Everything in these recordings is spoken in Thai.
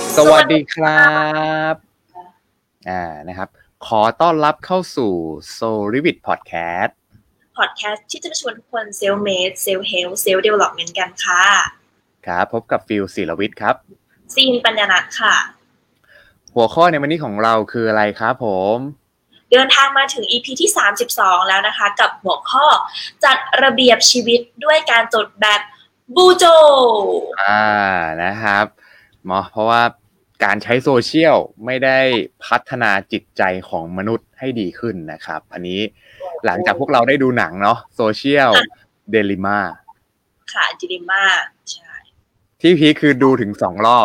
สวัสดีครับนะครับขอต้อนรับเข้าสู่ Soul Revit Podcast ที่จะชวนทุกคนเซลฟ์เมดเซลฟ์เฮลท์เซลฟ์เดเวล็อปเมนต์กันค่ะครับพบกับฟิลศิลวิทย์ครับซีนปัญญานัทค่ะหัวข้อในวันนี้ของเราคืออะไรครับผมเดินทางมาถึง EP ที่32แล้วนะคะกับหัวข้อจัดระเบียบชีวิตด้วยการจดแบบบูโจนะครับเพราะว่าการใช้โซเชียลไม่ได้พัฒนาจิตใจของมนุษย์ให้ดีขึ้นนะครับอันนี้หลังจากพวกเราได้ดูหนังเนาะโซเชียลเดลิม่าค่ะดิลิม่าใช่ที่พีคคือดูถึง2 รอบ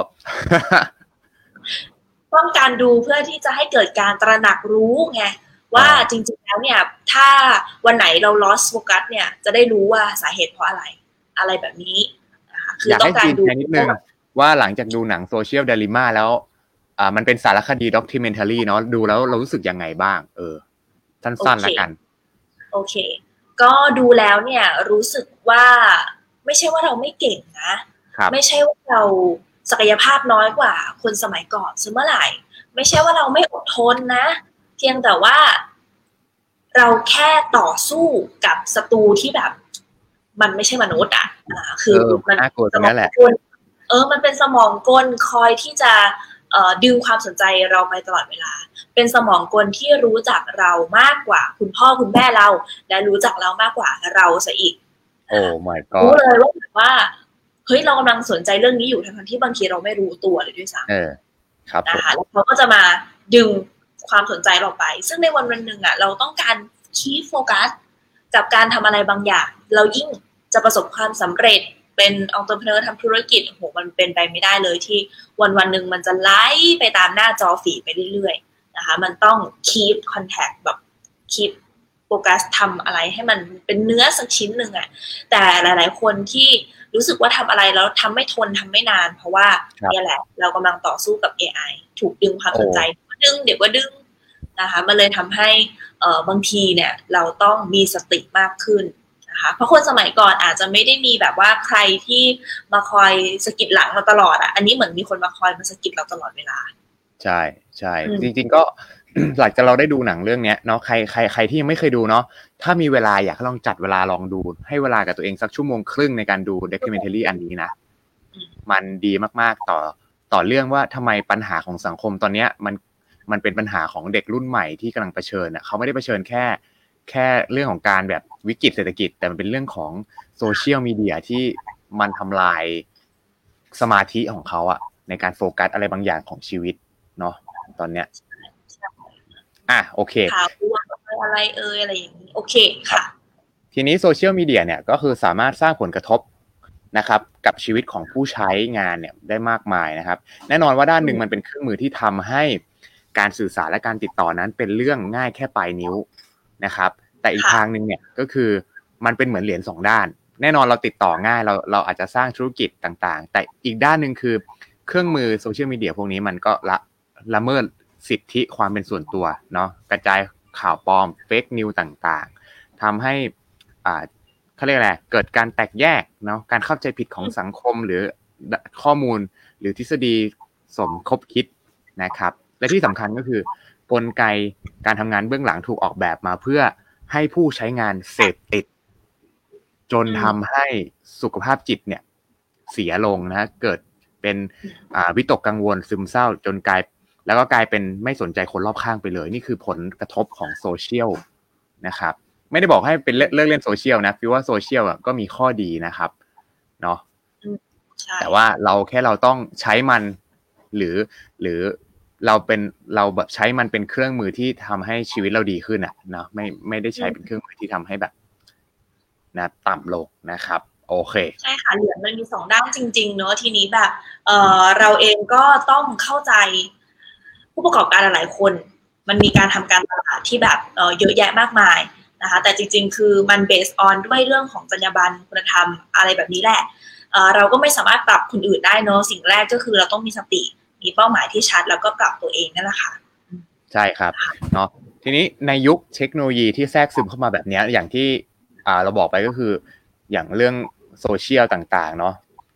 ต้องการดูเพื่อที่จะให้เกิดการตระหนักรู้ไงว่าจริงๆแล้วเนี่ยถ้าวันไหนเรา lost focus เนี่ยจะได้รู้ว่าสาเหตุเพราะอะไรแบบนี้นะคะคือต้องการดูนิดนึงว่าหลังจากดูหนังโซเชียลเดลิม่าแล้วมันเป็นสารคดีด็อกคิวเมนทารีเนาะดูแล้วเรารู้สึกยังไงบ้างสั้นๆแล้วกันโอเคก็ดูแล้วเนี่ยรู้สึกว่าไม่ใช่ว่าเราไม่เก่งนะไม่ใช่ว่าเราศักยภาพน้อยกว่าคนสมัยก่อนเสมอไหร่ไม่ใช่ว่าเราไม่อดทนนะเพียงแต่ว่าเราแค่ต่อสู้กับศัตรูที่แบบมันไม่ใช่มนุษย์อ่ะคือมันสมองกลมันเป็นสมองกลคอยที่จะดึงความสนใจเราไปตลอดเวลาเป็นสมองกลที่รู้จักเรามากกว่าคุณพ่อคุณแม่เราและรู้จักเรามากกว่าเราซะอีกโอ้ my god รู้เลยว่าเฮ้ยเรากำลังสนใจเรื่องนี้อยู่ทั้งที่บางทีเราไม่รู้ตัวเลยด้วยซ้ำครับนะคะแล้วเขาก็จะมาดึงความสนใจเราไปซึ่งในวันหนึ่งอ่ะเราต้องการคีย์โฟกัสกับการทำอะไรบางอย่างเรายิ่งจะประสบความสำเร็จเป็นentrepreneur ทำธุรกิจโอ้โหมันเป็นไปไม่ได้เลยที่วันหนึ่งมันจะไล่ไปตามหน้าจอฝีไปเรื่อยๆนะคะมันต้อง keep contact แบบ keep โฟกัสทำอะไรให้มันเป็นเนื้อสักชิ้นหนึ่งอะแต่หลายๆคนที่รู้สึกว่าทำอะไรแล้วทำไม่ทนทำไม่นานเพราะว่าเนี่ยแหละเรากำลังต่อสู้กับ AI ถูกดึงความสนใจเดี๋ยวก็ดึงนะคะมันเลยทำให้บางทีเนี่ยเราต้องมีสติมากขึ้นเพราะคนสมัยก่อนอาจจะไม่ได้มีแบบว่าใครที่มาคอยสะกิดหลังเราตลอดอ่ะอันนี้เหมือนมีคนมาคอยมาสะกิดเราตลอดเวลาใช่ใช่จริงๆก็ หลังจากเราได้ดูหนังเรื่องนี้เนาะใครที่ยังไม่เคยดูเนาะถ้ามีเวลาอยากลองจัดเวลาลองดูให้เวลากับตัวเองสัก1.5 ชั่วโมงในการดูด็อกิวเมนทารีอันนี้นะมันดีมากๆต่อเรื่องว่าทำไมปัญหาของสังคมตอนนี้มันเป็นปัญหาของเด็กรุ่นใหม่ที่กำลังเผชิญอ่ะเขาไม่ได้เผชิญแค่เรื่องของการแบบวิกฤตเศรษฐกิจแต่มันเป็นเรื่องของโซเชียลมีเดียที่มันทำลายสมาธิของเขาอะในการโฟกัสอะไรบางอย่างของชีวิตเนาะตอนเนี้ยโอเคข่าวอะไรอะไรอย่างนี้โอเคค่ะทีนี้โซเชียลมีเดียเนี่ยก็คือสามารถสร้างผลกระทบนะครับกับชีวิตของผู้ใช้งานเนี่ยได้มากมายนะครับแน่นอนว่าด้านหนึ่งมันเป็นเครื่องมือที่ทำให้การสื่อสารและการติดต่อนั้นเป็นเรื่องง่ายแค่ปลายนิ้วนะครับแต่อีกทางนึงเนี่ยก็คือมันเป็นเหมือนเหรียญ2 ด้านแน่นอนเราติดต่อง่ายเราอาจจะสร้างธุรกิจต่างๆแต่อีกด้านนึงคือเครื่องมือโซเชียลมีเดียพวกนี้มันก็ละเมิดสิทธิความเป็นส่วนตัวเนาะกระจายข่าวปลอมเฟกนิวต่างๆทำให้เขาเรียกอะไรเกิดการแตกแยกเนาะการเข้าใจผิดของสังคมหรือข้อมูลหรือทฤษฎีสมคบคิดนะครับและที่สำคัญก็คือกลไกการทำงานเบื้องหลังถูกออกแบบมาเพื่อให้ผู้ใช้งานเสพติดจนทำให้สุขภาพจิตเนี่ยเสียลงนะเกิดเป็นวิตกกังวลซึมเศร้าจนกลายเป็นไม่สนใจคนรอบข้างไปเลยนี่คือผลกระทบของโซเชียลนะครับไม่ได้บอกให้เป็นเลิกเล่นโซเชียลนะคิดว่าโซเชียลก็มีข้อดีนะครับเนาะแต่ว่าเราต้องใช้มันหรือเราแบบใช้มันเป็นเครื่องมือที่ทำให้ชีวิตเราดีขึ้นเนาะไม่ได้ใช้เป็นเครื่องมือที่ทำให้แบบนะต่ำลงนะครับโอเคใช่ค่ะเหรียญมันมี2 ด้านจริงๆเนอะทีนี้แบบเราเองก็ต้องเข้าใจผู้ประกอบการหลายคนมันมีการทำการตลาดที่แบบเยอะแยะมากมายนะคะแต่จริงๆคือมัน based on ด้วยเรื่องของจรรยาบรรณคุณธรรมอะไรแบบนี้แหละเราก็ไม่สามารถปรับคนอื่นได้เนอะสิ่งแรกก็คือเราต้องมีสติมีเป้าหมายที่ชัดแล้วก็ปรับตัวเองนั่นแหละค่ะใช่ครับเนาะทีนี้ในยุคเทคโนโลยีที่แทรกซึมเข้ามาแบบนี้อย่างที่เราบอกไปก็คืออย่างเรื่องโซเชียลต่างๆเนาะ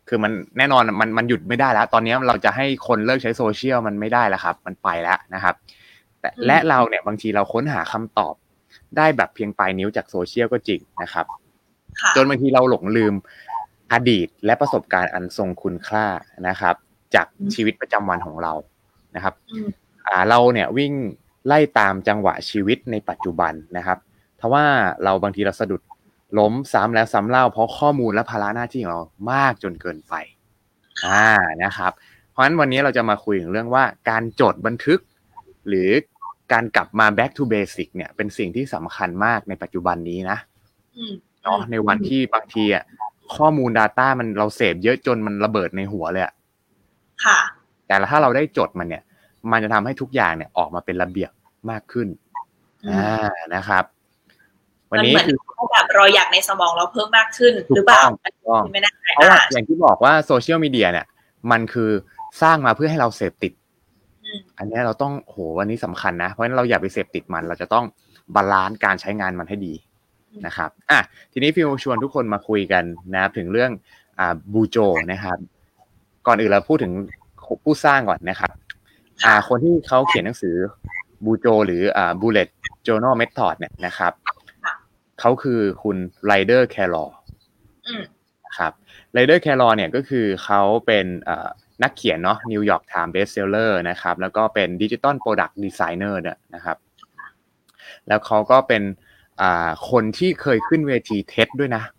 คือมันแน่นอนมันหยุดไม่ได้แล้วตอนนี้เราจะให้คนเลิกใช้โซเชียลมันไม่ได้แล้วครับมันไปแล้วนะครับแต่และเราเนี่ยบางทีเราค้นหาคำตอบได้แบบเพียงปลายนิ้วจากโซเชียลก็จริงนะครับจนบางทีเราหลงลืมอดีตและประสบการณ์อันทรงคุณค่านะครับจากชีวิตประจำวันของเรานะครับเราเนี่ยวิ่งไล่ตามจังหวะชีวิตในปัจจุบันนะครับทว่าเราบางทีเราสะดุดล้มซ้ำแล้วซ้ำเล่าเพราะข้อมูลและภาระหน้าที่ของเรามากจนเกินไปนะครับเพราะฉะนั้นวันนี้เราจะมาคุยถึงเรื่องว่าการจดบันทึกหรือการกลับมา back to basic เนี่ยเป็นสิ่งที่สำคัญมากในปัจจุบันนี้นะเนาะในวันที่บางทีอ่ะข้อมูล data มันเราเสพเยอะจนมันระเบิดในหัวเลยอ่ะค่ะแต่ถ้าเราได้จดมันเนี่ยมันจะทำให้ทุกอย่างเนี่ยออกมาเป็นระเบียบมากขึ้นนะครับวันนี้คือแบบรอยอยากในสมองเราเพิ่มมากขึ้นหรือเปล่าไม่ได้เพราะว่าอย่างที่บอกว่าโซเชียลมีเดียเนี่ยมันคือสร้างมาเพื่อให้เราเสพติดอันนี้เราต้องโหวันนี้สำคัญนะเพราะฉะนั้นเราอย่าไปเสพติดมันเราจะต้องบาลานซ์การใช้งานมันให้ดีนะครับทีนี้ฟิวชวนทุกคนมาคุยกันนะครับถึงเรื่องบูโจนะครับก่อนอื่นเราพูดถึงผู้สร้างก่อนนะครับคนที่เขาเขียนหนังสือบูโจหรือbullet journal method เนี่ยนะครับเขาคือคุณไรเดอร์แคลอร์นะครับไรเดอร์แคลอร์เนี่ยก็คือเขาเป็นนักเขียนเนาะนิวยอร์กไทม์เบสเซลเลอร์นะครับแล้วก็เป็นดิจิตอลโปรดักต์ดีไซเนอร์นะครับแล้วเขาก็เป็นคนที่เคยขึ้นเวทีเท็ดด้วยนะ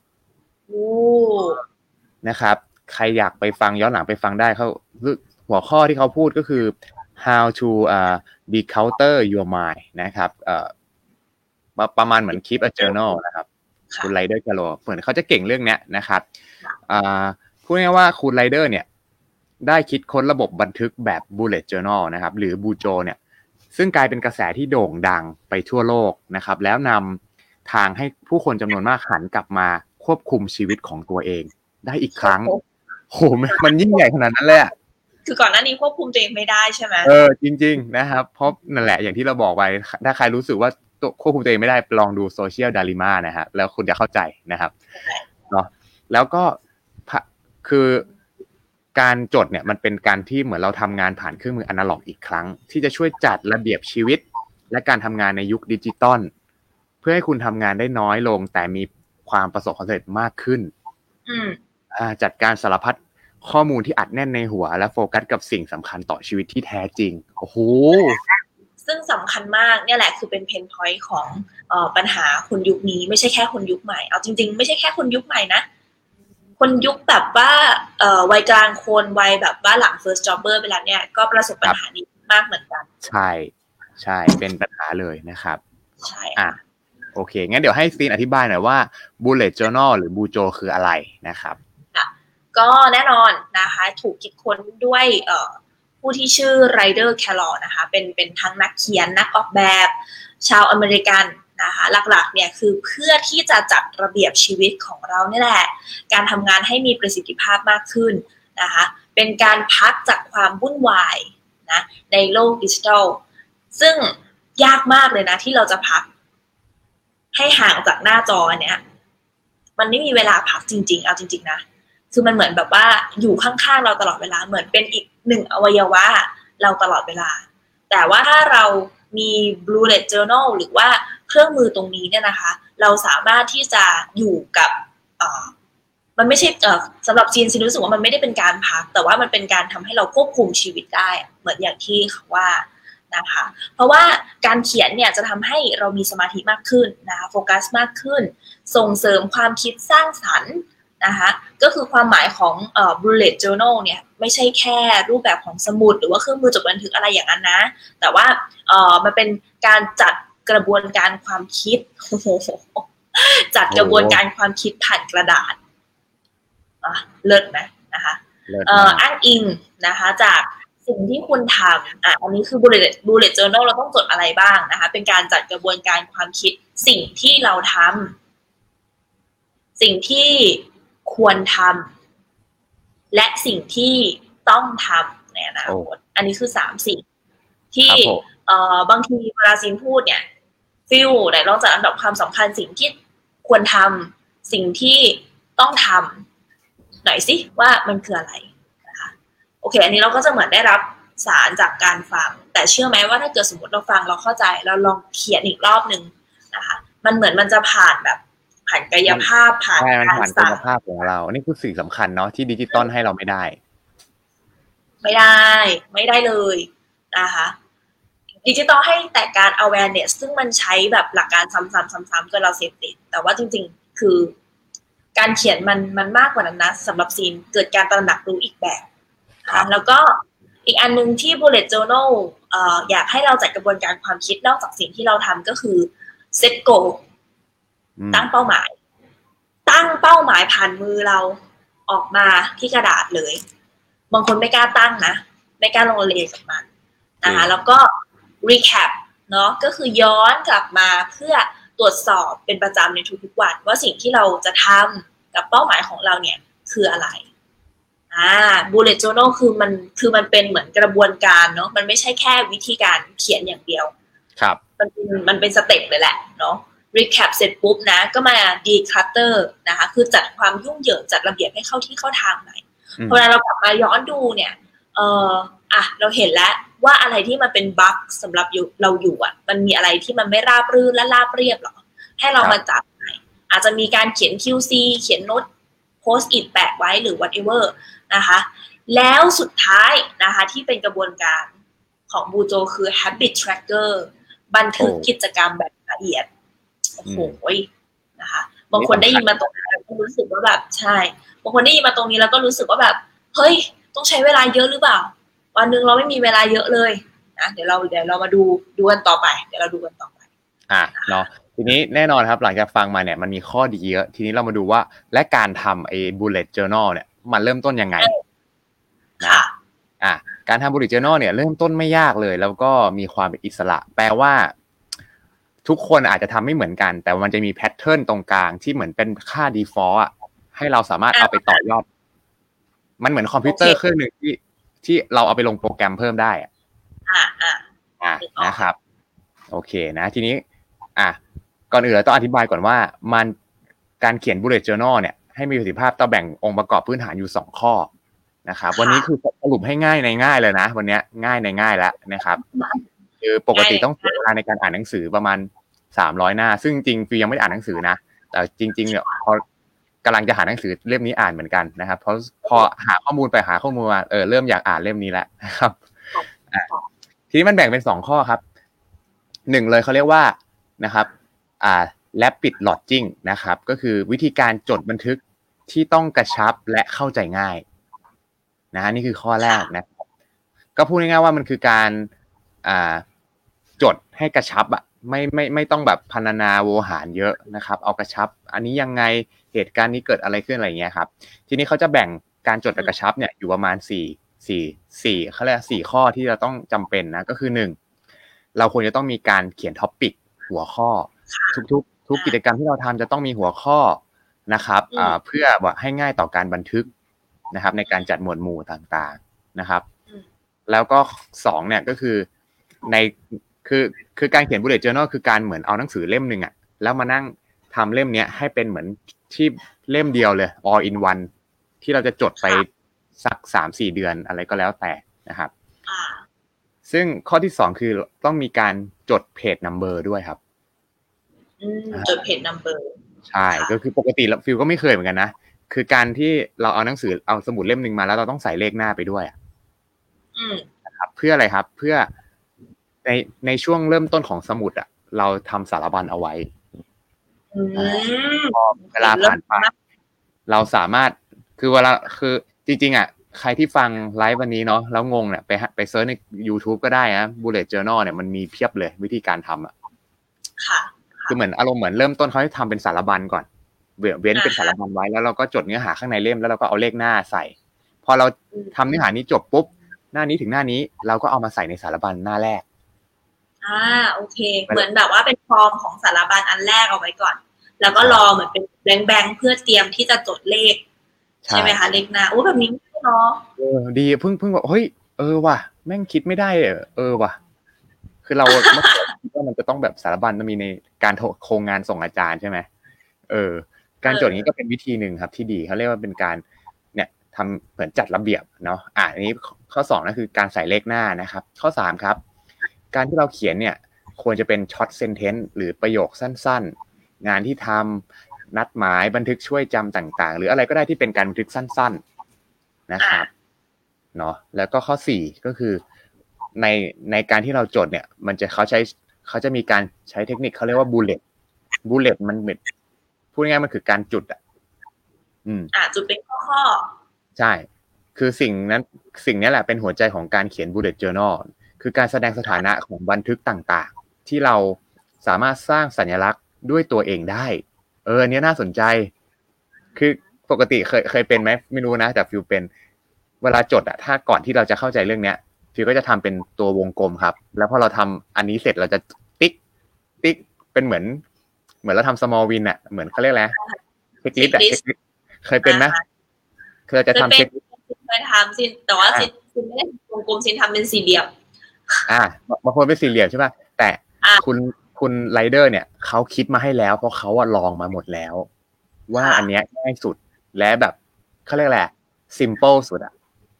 นะครับใครอยากไปฟังย้อนหลังไปฟังได้เขาหัวข้อที่เขาพูดก็คือ how to declutter your mind นะครับประมาณเหมือน keep a journal นะครับคุณไรเดอร์แคลอร์เหมือนเขาจะเก่งเรื่องนี้นะครับพูดง่ายๆว่าคุณไรเดอร์เนี่ยได้คิดค้นระบบบันทึกแบบ bullet journal นะครับหรือบูโจเนี่ยซึ่งกลายเป็นกระแสที่โด่งดังไปทั่วโลกนะครับแล้วนำทางให้ผู้คนจำนวนมากหันกลับมาควบคุมชีวิตของตัวเองได้อีกครั้งโหมันยิ่งใหญ่ขนาดนั้นเลยคือก่อนหน้านี้ควบคุมตัวเองไม่ได้ใช่ไหมจริงๆนะครับเพราะนั่นแหละอย่างที่เราบอกไปถ้าใครรู้สึกว่าควบคุมตัวเองไม่ได้ลองดูโซเชียลดาริมานะฮะแล้วคุณจะเข้าใจนะครับเนาะแล้วก็คือการจดเนี่ยมันเป็นการที่เหมือนเราทำงานผ่านเครื่องมืออนาล็อกอีกครั้งที่จะช่วยจัดระเบียบชีวิตและการทำงานในยุคดิจิตอลเพื่อให้คุณทำงานได้น้อยลงแต่มีความประสบความสำเร็จมากขึ้นจัดการสารพัดข้อมูลที่อัดแน่นในหัวและโฟกัสกับสิ่งสำคัญต่อชีวิตที่แท้จริงโอ้โหซึ่งสำคัญมากเนี่ยแหละคือเป็นเพนพอยต์ของปัญหาคนยุคนี้ไม่ใช่แค่คนยุคใหม่เอาจริงๆไม่ใช่แค่คนยุคใหม่นะคนยุคแบบว่าวัยกลางคนวัยแบบว่าหลัง first jobber ไปแล้วเนี่ยก็ประสบปัญหานี้มากเหมือนกันใช่เป็นปัญหาเลยนะครับใช่โอเคงั้นเดี๋ยวให้ซีนอธิบายหน่อยว่า bullet journal หรือบูโจคืออะไรนะครับก็แน่นอนนะคะถูกคิดค้นด้วยผู้ที่ชื่อไรเดอร์แคลอร์นะคะเป็นทั้งนักเขียนนักออกแบบชาวอเมริกันนะคะหลักๆเนี่ยคือเพื่อที่จะจัดระเบียบชีวิตของเรานี่แหละการทำงานให้มีประสิทธิภาพมากขึ้นนะคะเป็นการพักจากความวุ่นวายนะในโลกดิจิทัลซึ่งยากมากเลยนะที่เราจะพักให้ห่างจากหน้าจอเนี่ยมันไม่มีเวลาพักจริงๆเอาจริงๆนะคือมันเหมือนแบบว่าอยู่ข้างๆเราตลอดเวลาเหมือนเป็นอีกหนึ่งอวัยวะเราตลอดเวลาแต่ว่าถ้าเรามี bullet journal หรือว่าเครื่องมือตรงนี้เนี่ยนะคะเราสามารถที่จะอยู่กับมันไม่ใช่สำหรับจีนซีรู้สึกว่ามันไม่ได้เป็นการพักแต่ว่ามันเป็นการทำให้เราควบคุมชีวิตได้เหมือนอย่างที่เขาว่านะคะเพราะว่าการเขียนเนี่ยจะทำให้เรามีสมาธิมากขึ้นนะคะโฟกัสมากขึ้นส่งเสริมความคิดสร้างสรรค์นะคะก็คือความหมายของbullet journal เนี่ยไม่ใช่แค่รูปแบบของสมุดหรือว่าเครื่องมือจดบันทึกอะไรอย่างนั้นนะแต่ว่ามันเป็นการจัดกระบวนการความคิดจัดกระบวนการความคิดผ่านกระดาษเลิศไหมนะคะอ้างอิงนะคะจากสิ่งที่คุณทำอันนี้คือ bullet journal เราต้องจดอะไรบ้างนะคะเป็นการจัดกระบวนการความคิดสิ่งที่เราทำสิ่งที่ควรทำและสิ่งที่ต้องทำในอนาคตอันนี้คือ3สิ่งที่บางทีเวลาซินพูดเนี่ยฟิลไหนลองจัดอันดับความสำคัญสิ่งที่ควรทำสิ่งที่ต้องทหน่อยสิว่ามันคืออะไรนะคะโอเคอันนี้เราก็จะเหมือนได้รับสารจากการฟังแต่เชื่อไหมว่าถ้าเกิดสมมติเราฟังเราเข้าใจเราลองเขียนอีกรอบนึงนะคะมันเหมือนมันจะผ่านแบบผ่านกายภาพผ่านใช่มันการผ่านกาสั่ยงภาพของเรานี่คือสิ่งสำคัญเนาะที่ดิจิตอลให้เราไม่ได้ไม่ได้เลยนะคะดิจิตอลให้แต่การ awareness ซึ่งมันใช้แบบหลักการซ้ำๆๆๆจนเราเสพติดแต่ว่าจริงๆคือการเขียนมันมากกว่านั้นนะสำหรับซีนเกิดการตระหนักรู้อีกแบบนะคะแล้วก็อีกอันนึงที่ bullet journal อยากให้เราจัดกระบวนการความคิดนอกจากสิ่งที่เราทำก็คือ set goal ตั้งเป้าหมายผ่านมือเราออกมาที่กระดาษเลยบางคนไม่กล้าตั้งนะไม่กล้าลงรายละเอียดกับมันนะคะแล้วก็ recap เนาะก็คือย้อนกลับมาเพื่อตรวจสอบเป็นประจำในทุกๆวันว่าสิ่งที่เราจะทำกับเป้าหมายของเราเนี่ยคืออะไรbullet journal คือมันเป็นเหมือนกระบวนการเนาะมันไม่ใช่แค่วิธีการเขียนอย่างเดียวครับมันเป็นสเต็ปเลยแหละเนาะ recap เสร็จปุ๊บนะก็มา declutter นะคะคือจัดความยุ่งเหยิงจัดระเบียบให้เข้าที่เข้าทางหน่อยพอเรากลับมาย้อนดูเนี่ยเราเห็นแล้วว่าอะไรที่มันเป็นบั๊กสำหรับเราอยู่อ่ะมันมีอะไรที่มันไม่ราบรื่นและราบเรียบหรอให้เรามาจับใหม่อาจจะมีการเขียน QC เขียนโน้ต post it แปะไว้หรือ whatever นะคะแล้วสุดท้ายนะคะที่เป็นกระบวนการของบูโจคือ habit tracker บันทึกกิจกรรมแบบละเอียดโอ้โหนะคะบางคนได้ยินมาตรงนี้แล้วก็รู้สึกว่าแบบใช่บางคนได้ยินมาตรงนี้แล้วก็รู้สึกว่าแบบเฮ้ยต้องใช้เวลาเยอะหรือเปล่าวันนึงเราไม่มีเวลาเยอะเลยนะเดี๋ยวเรามาดูกันต่อไปเดี๋ยวเราดูกันต่อไปเนาะทีนี้แน่นอนครับหลังจากฟังมาเนี่ยมันมีข้อดีเยอะทีนี้เรามาดูว่าและการทำไอ้ bullet journal เนี่ยมันเริ่มต้นยังไงนะการทำ bullet journal เนี่ยเริ่มต้นไม่ยากเลยแล้วก็มีความเป็นอิสระแปลว่าทุกคนอาจจะทำไม่เหมือนกันแต่มันจะมีแพทเทิร์นตรงกลางที่เหมือนเป็นค่า default ให้เราสามารถเอาไปต่อยอดมันเหมือนคอมพิวเตอร์เครื่องนึงที่เราเอาไปลงโปรแกรมเพิ่มได้นะครับโอเคนะทีนี้ก่อนอื่นเราต้องอธิบายก่อนว่ามันการเขียน bullet journal เนี่ยให้มีประสิทธิภาพต้องแบ่งองค์ประกอบพื้นฐานอยู่2ข้อนะครับวันนี้คือสรุปให้ง่ายในง่ายเลยนะวันนี้ง่ายในง่ายแล้วนะครับคือปกติต้องเสียเวลาในการอ่านหนังสือประมาณ300หน้าซึ่งจริงๆฟิวยังไม่ได้อ่านหนังสือนะแต่จริงๆเนี่ยพอกำลังจะหาหนังสือเล่มนี้อ่านเหมือนกันนะครับเพราะพอหาข้อมูลมาเริ่มอยากอ่านเล่มนี้แล้วนะครับทีนี้มันแบ่งเป็น2ข้อครับ1เลยเขาเรียกว่านะครับrapid lodging นะครับก็คือวิธีการจดบันทึกที่ต้องกระชับและเข้าใจง่ายนะฮะนี่คือข้อแรกนะครับก็พูดง่ายๆว่ามันคือการจดให้กระชับไม่ต้องแบบพรรณนาโวหารเยอะนะครับเอากระชับอันนี้ยังไงเหตุการณ์นี้เกิดอะไรขึ้นอะไรเงี้ยครับทีนี้เขาจะแบ่งการจดแบบกระชับเนี่ยอยู่ประมาณ4เขาเรียก4ข้อที่เราต้องจำเป็นนะก็คือ1เราควรจะต้องมีการเขียนท็อปิกหัวข้อทุกกิจกรรมที่เราทำจะต้องมีหัวข้อนะครับเพื่อว่าให้ง่ายต่อการบันทึกนะครับในการจัดหมวดหมู่ต่างๆนะครับแล้วก็2เนี่ยก็คือคือการเขียน bullet journal คือการเหมือนเอาหนังสือเล่มนึงแล้วมานั่งทำเล่มนี้ให้เป็นเหมือนที่เล่มเดียวเลย all in one ที่เราจะจดไปสัก 3-4 เดือนอะไรก็แล้วแต่นะครับซึ่งข้อที่2คือต้องมีการจดเพจ number ด้วยครับจดเพจ number ใช่ก็คือปกติฟิวก็ไม่เคยเหมือนกันนะคือการที่เราเอาหนังสือเอาสมุดเล่มนึงมาแล้วเราต้องใส่เลขหน้าไปด้วยนะครับเพื่ออะไรครับเพื่อในช่วงเริ่มต้นของสมุดเราทำสารบัญเอาไว้พอเวลาผ่านไปเราสามารถคือจริงๆใครที่ฟังไลฟ์วันนี้เนาะแล้วงงเนี่ยไปเซิร์ชใน YouTube ก็ได้นะ bullet journal เนี่ยมันมีเพียบเลยวิธีการทำค่ะคือเหมือนอารมณ์เหมือนเริ่มต้นเขาให้ทำเป็นสารบัญก่อนเว้นเป็นสารบัญไว้แล้วเราก็จดเนื้อหาข้างในเล่มแล้วเราก็เอาเลขหน้าใส่พอเราทำเนื้อหานี้จบปุ๊บหน้านี้ถึงหน้านี้เราก็เอามาใส่ในสารบัญหน้าแรกโอเคเหมือนแบบว่าเป็นฟอร์มของสารบัญอันแรกเอาไว้ก่อนแล้วก็รอเหมือนเป็นแบงค์เพื่อเตรียมที่จะจดเลขใช่ไหมคะเลขหน้าแบบนี้เนาะดีเพิ่งบอกเฮ้ยว่ะแม่งคิดไม่ได้ว่ะคือเราไม่คิดว่ามันจะต้องแบบสารบัญมันมีในการโครงงานส่งอาจารย์ใช่ไหมการจดอย่างนี้ก็เป็นวิธีหนึ่งครับที่ดีเขาเรียกว่าเป็นการทำเหมือนจัดระเบียบเนาะอันนี้ข้อ2นั่นคือการใส่เลขหน้านะครับข้อ3ครับการที่เราเขียนเนี่ยควรจะเป็นช็อตเซนเทนซ์หรือประโยคสั้นๆงานที่ทำนัดหมายบันทึกช่วยจำต่างๆหรืออะไรก็ได้ที่เป็นการบันทึกสั้นๆนะครับเนาะแล้วก็ข้อ4ก็คือในการที่เราจดเนี่ยเขาจะมีการใช้เทคนิคเขาเรียกว่าบูลเลตมันเหมือนพูดง่ายๆมันคือการจุดจุดเป็นข้อใช่คือสิ่งนี้แหละเป็นหัวใจของการเขียน bullet journal คือการแสดงสถานะของบันทึกต่างๆที่เราสามารถสร้างสัญลักษณ์ด้วยตัวเองได้อันนี้น่าสนใจคือปกติเคยเป็นไหมไม่รู้นะแต่ฟิวเป็นเวลาจดถ้าก่อนที่เราจะเข้าใจเรื่องเนี้ยฟิวก็จะทำเป็นตัววงกลมครับแล้วพอเราทำอันนี้เสร็จเราจะติ๊กเป็นเหมือนเราทำ small win เหมือนเขาเรียกอะไรเช็คลิสต์เคยเป็นไหมคือเราจะทำเช็คเคยทำซินแต่ว่าซินไม่ได้วงกลมซินทำเป็นสี่เหลี่ยมบางคนเป็นสี่เหลี่ยมใช่ป่ะแต่คุณไรเดอร์เนี่ยเขาคิดมาให้แล้วเพราะเขาลองมาหมดแล้วว่าอันเนี้ยง่ายสุดและแบบเขาเรียกอะไร simple สุด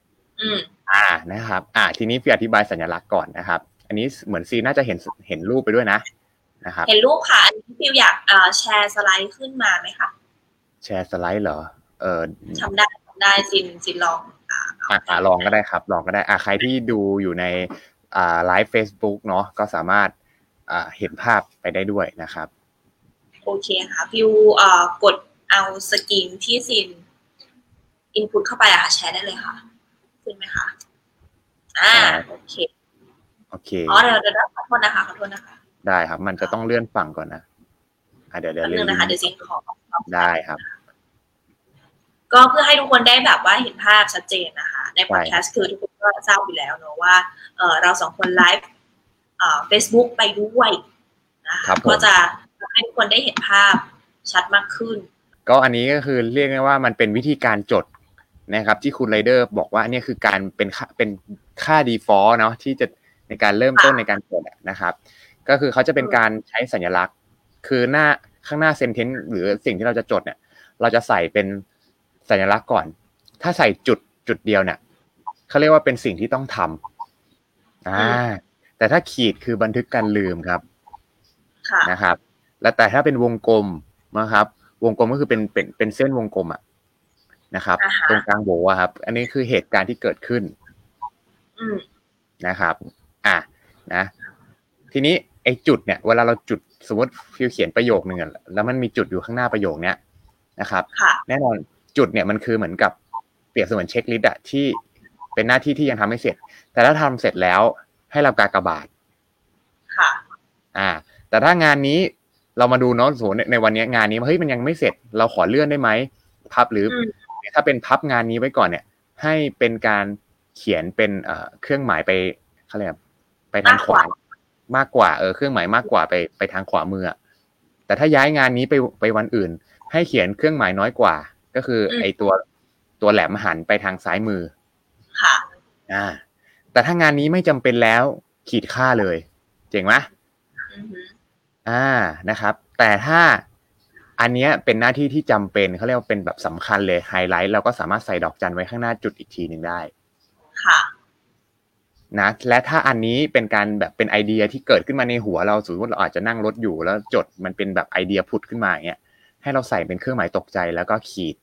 นะครับทีนี้พี่อธิบายสัญลักษณ์ก่อนนะครับอันนี้เหมือนซีน่าจะเห็นรูปไปด้วยนะครับเห็นรูปค่ะอันนี้พี่อยากแชร์สไลด์ขึ้นมาไหมคะแชร์สไลด์เหรอทำได้ซินลองลองก็ได้ครับลองก็ได้ใครที่ดูอยู่ในไลฟ์ Facebook เนาะก็สามารถเห็นภาพไปได้ด้วยนะครับโอเคค่ะฟิวกดเอาสกรีนที่ซินอินพุตเข้าไปแชร์ได้เลยค่ะขึ้นไหมคะโอเคเดี๋ยวขอโทษนะคะได้ครับมันจะต้องเลื่อนฝั่งก่อนนะเดี๋ยวเลื่อนนะคะเดี๋ยวซินขอได้ครับก็เพื่อให้ทุกคนได้แบบว่าเห็นภาพชัดเจนนะคะในพอดแคสต์คือทุกคนก็ทราบอยู่แล้วเนอะว่าเรา2คนไลฟ์Facebook ไปด้วยนะคะก็จะให้ทุกคนได้เห็นภาพชัดมากขึ้นก็อันนี้ก็คือเรียกได้ว่ามันเป็นวิธีการจดนะครับที่คุณไรเดอร์บอกว่าเนี่ยคือการเป็นค่า default เนาะที่จะในการเริ่มต้นในการจดนะครับก็คือเขาจะเป็นการใช้สัญลักษณ์คือข้างหน้า sentence หรือสิ่งที่เราจะจดเนี่ยเราจะใส่เป็นสัญลักษณ์ก่อนถ้าใส่จุดเดียวเนี่ยเขาเรียกว่าเป็นสิ่งที่ต้องทำแต่ถ้าขีดคือบันทึกการลืมครับนะครับแล้วแต่ถ้าเป็นวงกลมนะครับวงกลมก็คือเป็นเส้นวงกลมนะครับตรงกลางโบครับอันนี้คือเหตุการณ์ที่เกิดขึ้นนะครับนะทีนี้ไอ้จุดเนี่ยเวลาเราจุดสมมติฟิวเขียนประโยคนึงแล้วมันมีจุดอยู่ข้างหน้าประโยคเนี้ยนะครับแน่นอนจุดเนี่ยมันคือเหมือนกับเปรียบเสมือนเช็คลิสต์ที่เป็นหน้าที่ที่ยังทำไม่เสร็จแต่ถ้าทำเสร็จแล้วให้เรากากบาทแต่ถ้างานนี้เรามาดูเนาะสมมติในวันนี้งานนี้เฮ้ยมันยังไม่เสร็จเราขอเลื่อนได้ไหมพับหรือถ้าเป็นพับงานนี้ไว้ก่อนเนี่ยให้เป็นการเขียนเป็นเครื่องหมายไปเขาเรียกไปทางขวามากกว่าเครื่องหมายมากกว่าไปทางขวามือแต่ถ้าย้ายงานนี้ไปวันอื่นให้เขียนเครื่องหมายน้อยกว่าก็คือไอตัวแหลมหันไปทางซ้ายมือแต่ถ้างานนี้ไม่จำเป็นแล้วขีดค่าเลยเจ๋งไหมนะครับแต่ถ้าอันนี้เป็นหน้าที่ที่จำเป็นเขาเรียกว่าเป็นแบบสำคัญเลยไฮไลท์เราก็สามารถใส่ดอกจันไว้ข้างหน้าจุดอีกทีนึงได้นะและถ้าอันนี้เป็นการแบบเป็นไอเดียที่เกิดขึ้นมาในหัวเราสมมติเราอาจจะนั่งรถอยู่แล้วจดมันเป็นแบบไอเดียผุดขึ้นมาอย่างเงี้ยให้เราใส่เป็นเครื่องหมายตกใจแล้วก็ขีด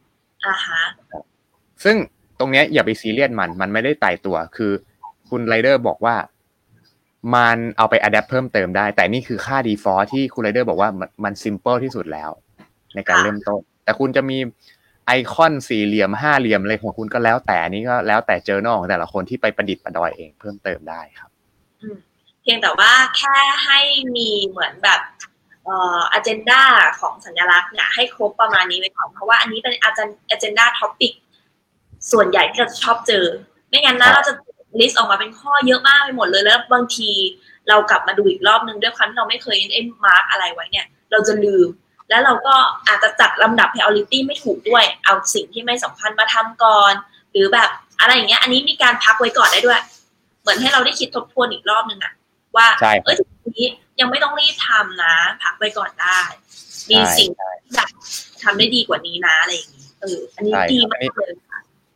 ซึ่งตรงเนี้ยอย่าไปซีเรียสมันไม่ได้ตายตัวคือคุณไรเดอร์บอกว่ามันเอาไปอะแดปเพิ่มเติมได้แต่นี่คือค่า default ที่คุณไรเดอร์บอกว่ามัน simple ที่สุดแล้วในการเริ่มต้นแต่คุณจะมีไอคอนสี่เหลี่ยมห้าเหลี่ยมอะไรของคุณก็แล้วแต่นี้ก็แล้วแต่ journal ของแต่ละคนที่ไปประดิษฐ์ประดอยเองเพิ่มเติมได้ครับเพียงแต่ว่าแค่ให้มีเหมือนแบบagenda ของสัญลักษณ์เนี่ยให้ครบประมาณนี้ไว้ก่อนเพราะว่าอันนี้เป็น agenda topic ส่วนใหญ่ที่เราจะชอบเจอไม่งั้นนะเราจะลิสต์ออกมาเป็นข้อเยอะมากไปหมดเลยแล้วบางทีเรากลับมาดูอีกรอบนึงด้วยความที่เราไม่เคยมาร์กอะไรไว้เนี่ยเราจะลืมแล้วเราก็อาจจะจัดลำดับ priority ไม่ถูกด้วยเอาสิ่งที่ไม่สำคัญมาทำก่อนหรือแบบอะไรอย่างเงี้ยอันนี้มีการพักไว้ก่อนได้ด้วยเหมือนให้เราได้คิดทบทวนอีกรอบนึงว่าทีนี้ยังไม่ต้องรีบทำนะพักไว้ก่อนได้มีสิ่งแบบทำได้ดีกว่านี้นะอะไรอย่างนี้อันนี้ดีมากเลยค่ะ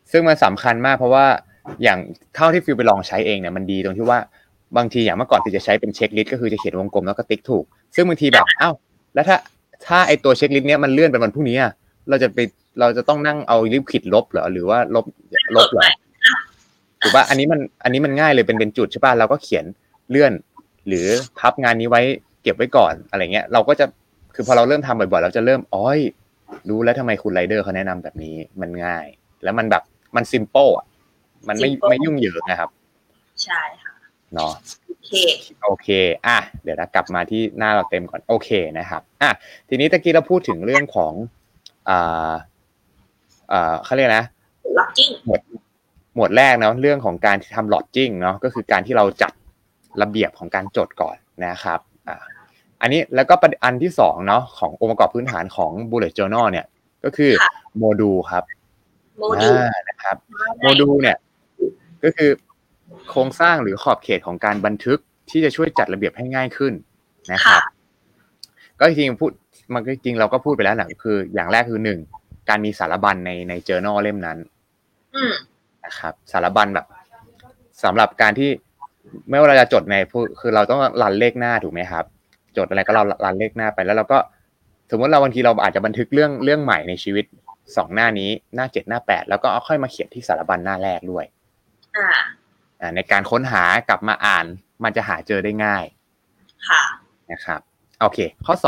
ซึ่งมันสำคัญมากเพราะว่าอย่างเท่าที่ฟิลไปลองใช้เองเนี่ยมันดีตรงที่ว่าบางทีอย่างเมื่อก่อนฟิลจะใช้เป็นเช็คลิสต์ก็คือจะเขียนวงกลมแล้วก็ติ๊กถูกซึ่งบางทีแบบอ้าวแล้วถ้าไอตัวเช็คลิสต์เนี้ยมันเลื่อนไปวันพรุ่งนี้อ่ะเราจะต้องนั่งเอาลิฟต์ขีดลบเหรอหรือว่าลบเหรอถูกป่ะอันนี้มันง่ายเลยเป็นจุดใช่ป่ะเราก็เขียนเลื่อนหรือพับงานนี้ไว้เก็บไว้ก่อนอะไรเงี้ยเราก็จะคือพอเราเริ่มทำบ่อยๆเราจะเริ่มรู้แล้วทำไมคุณไรเดอร์เขาแนะนำแบบนี้มันง่ายแล้วมันแบบมันซิมเปิลอ่ะมันไม่ยุ่งเหยิงนะครับใช่ค่ะเนาะโอเคเดี๋ยวนะกลับมาที่หน้าเราเต็มก่อนโอเคนะครับทีนี้ตะกี้เราพูดถึงเรื่องของอ่าเขาเรียกนะ lodging หมวดแรกเนาะเรื่องของการทำ lodging เนาะก็คือการที่เราจัดระเบียบของการจดก่อนนะครับอันนี้แล้วก็อันที่สองเนาะขององค์ประกอบพื้นฐานของ bullet journal เนี่ยก็คือโมดูลครับนะครับโมดูลเนี่ยก็คือโครงสร้างหรือขอบเขตของการบันทึกที่จะช่วยจัดระเบียบให้ง่ายขึ้นนะครับก็จริงพูดมันก็จริงเราก็พูดไปแล้วนะคืออย่างแรกคือ1การมีสารบัญใน journal เล่มนั้นนะครับสารบัญแบบสำหรับการที่ไม่ว่าเราจะจดในคือเราต้องรันเลขหน้าถูกไหมครับจดอะไรก็เรารันเลขหน้าไปแล้วเราก็สมมติเราบางทีเราอาจจะบันทึกเรื่องใหม่ในชีวิต2หน้านี้หน้า7หน้า8แล้วก็เอาค่อยมาเขียนที่สารบัญหน้าแรกด้วยในการค้นหากลับมาอ่านมันจะหาเจอได้ง่ายนะครับโอเคข้อ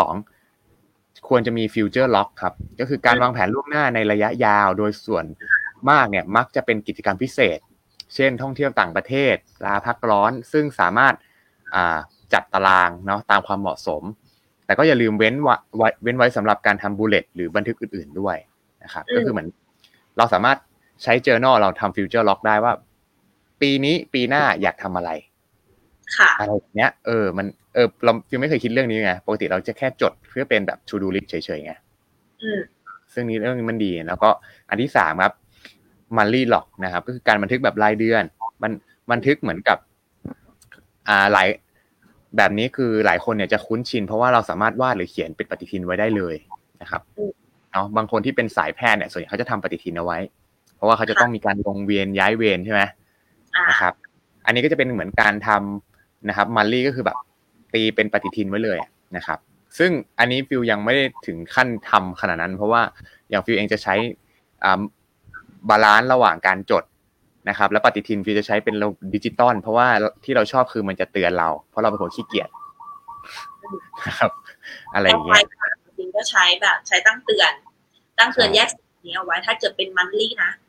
2ควรจะมีฟิวเจอร์ล็อกครับก็คือการวางแผนล่วงหน้าในระยะยาวโดยส่วนมากเนี่ยมักจะเป็นกิจกรรมพิเศษเช่นท่องเที่ยวต่างประเทศลาพักร้อนซึ่งสามารถจัดตารางเนาะตามความเหมาะสมแต่ก็อย่าลืมเว้นไว้สำหรับการทำบูลเลตหรือบันทึกอื่นๆด้วยนะครับก็คือเหมือนเราสามารถใช้ journal เราทำฟิวเจอร์ล็อกได้ว่าปีหน้าอยากทำอะไรอะไรแบบเนี้ยมันเราฟิวไม่เคยคิดเรื่องนี้ไงปกติเราจะแค่จดเพื่อเป็นแบบ to do list เฉยๆไงซึ่งเรื่องนี้มันดีแล้วก็อันที่3ครับmonthly log นะครับก็คือการบันทึกแบบรายเดือนมันบันทึกเหมือนกับหลายแบบนี้คือหลายคนเนี่ยจะคุ้นชินเพราะว่าเราสามารถวาดหรือเขียนเป็นปฏิทินไว้ได้เลยนะครับเนาะบางคนที่เป็นสายแพทย์เนี่ยส่วนใหญ่เขาจะทำปฏิทินเอาไว้เพราะว่าเขาจะต้องมีการลงเวียนย้ายเวรใช่ไหมนะครับอันนี้ก็จะเป็นเหมือนการทำนะครับมันลี่ก็คือแบบตีเป็นปฏิทินไว้เลยนะครับซึ่งอันนี้ฟิวยังไม่ได้ถึงขั้นทำขนาดนั้นเพราะว่าอย่างฟิวเองจะใช้บาลานซ์ระหว่างการจดนะครับแล้วปฏิทินฟิวจะใช้เป็นดิจิตอลเพราะว่าที่เราชอบคือมันจะเตือนเราเพราะเราเป็นคนขี้เกียจนะครับอะไรอย่างเงี้ยจริงก็ใช้ตั้งเตือนแยกสิ่งนี้เอาไว้ถ้าเกิดเป็นมันลี่นะ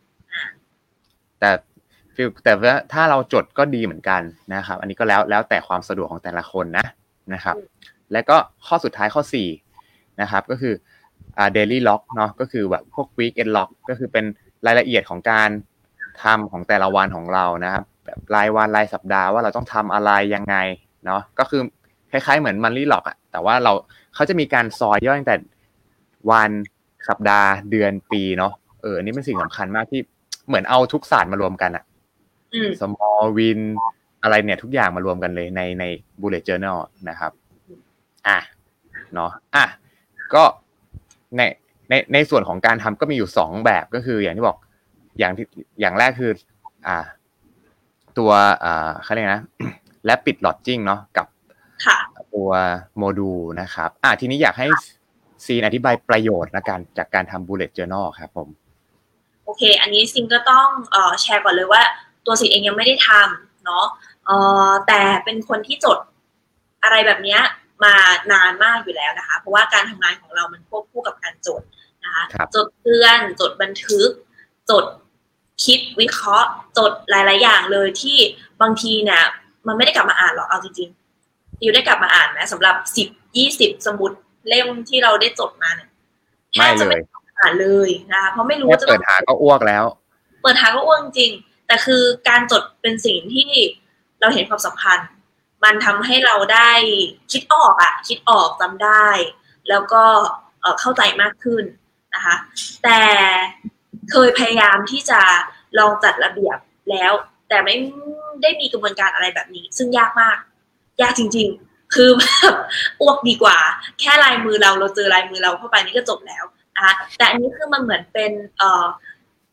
แต่ว่าถ้าเราจดก็ดีเหมือนกันนะครับอันนี้ก็แล้วแต่ความสะดวกของแต่ละคนนะครับแล้วก็ข้อสุดท้ายข้อ4นะครับก็คือdaily log เนาะก็คือแบบพวก weekend log ก็คือเป็นรายละเอียดของการทำของแต่ละวันของเรานะครับแบบรายวันรายสัปดาห์ว่าเราต้องทำอะไรยังไงเนาะก็คือคล้ายๆเหมือน monthly log แต่ว่าเขาจะมีการซอยย่อยตั้งแต่วันสัปดาห์เดือนปีเนาะอันนี้เป็นสิ่งสำคัญมากที่เหมือนเอาทุกศาสตร์มารวมกันsmall win อะไรเนี่ยทุกอย่างมารวมกันเลยใน bullet journal นะครับเนาะก็ในส่วนของการทำก็มีอยู่2แบบก็คืออย่างที่บอกอย่างแรกคือตัวเขาเรียกนะrapid lodging เนาะกับตัวโมดูลนะครับทีนี้อยากให้ซีนอธิบายประโยชน์ละกันจากการทำ bullet journal ครับผมโอเคอันนี้ซิงก็ต้องแชร์ก่อนเลยว่าตัวซีเองยังไม่ได้ทำเนาะแต่เป็นคนที่จดอะไรแบบนี้มานานมากอยู่แล้วนะคะเพราะว่าการทำงานของเรามันควบคู่กับการจดนะคะจดเตือนจดบันทึกจดคิดวิเคราะห์จดหลายๆอย่างเลยที่บางทีเนี่ยมันไม่ได้กลับมาอ่านหรอกเอาจริงๆอยู่ได้กลับมาอ่านไหมสำหรับ10-20สมุดเล่มที่เราได้จดมาเนี่ยไม่เลยอ่านเลยนะคะเพราะไม่รู้จะเปิดหาก็อ้วกแล้วเปิดหาก็อ้วกจริงแต่คือการจดเป็นสิ่งที่เราเห็นความสำคัญมันทำให้เราได้คิดออกจำได้แล้วก็เข้าใจมากขึ้นนะคะแต่เคยพยายามที่จะลองจัดระเบียบแล้วแต่ไม่ได้มีกระบวนการอะไรแบบนี้ซึ่งยากมากยากจริงๆคือแบบอ้วกดีกว่าแค่ลายมือเราเจอลายมือเราเข้าไปนี่ก็จบแล้วนะคะแต่อันนี้คือมันเหมือนเป็น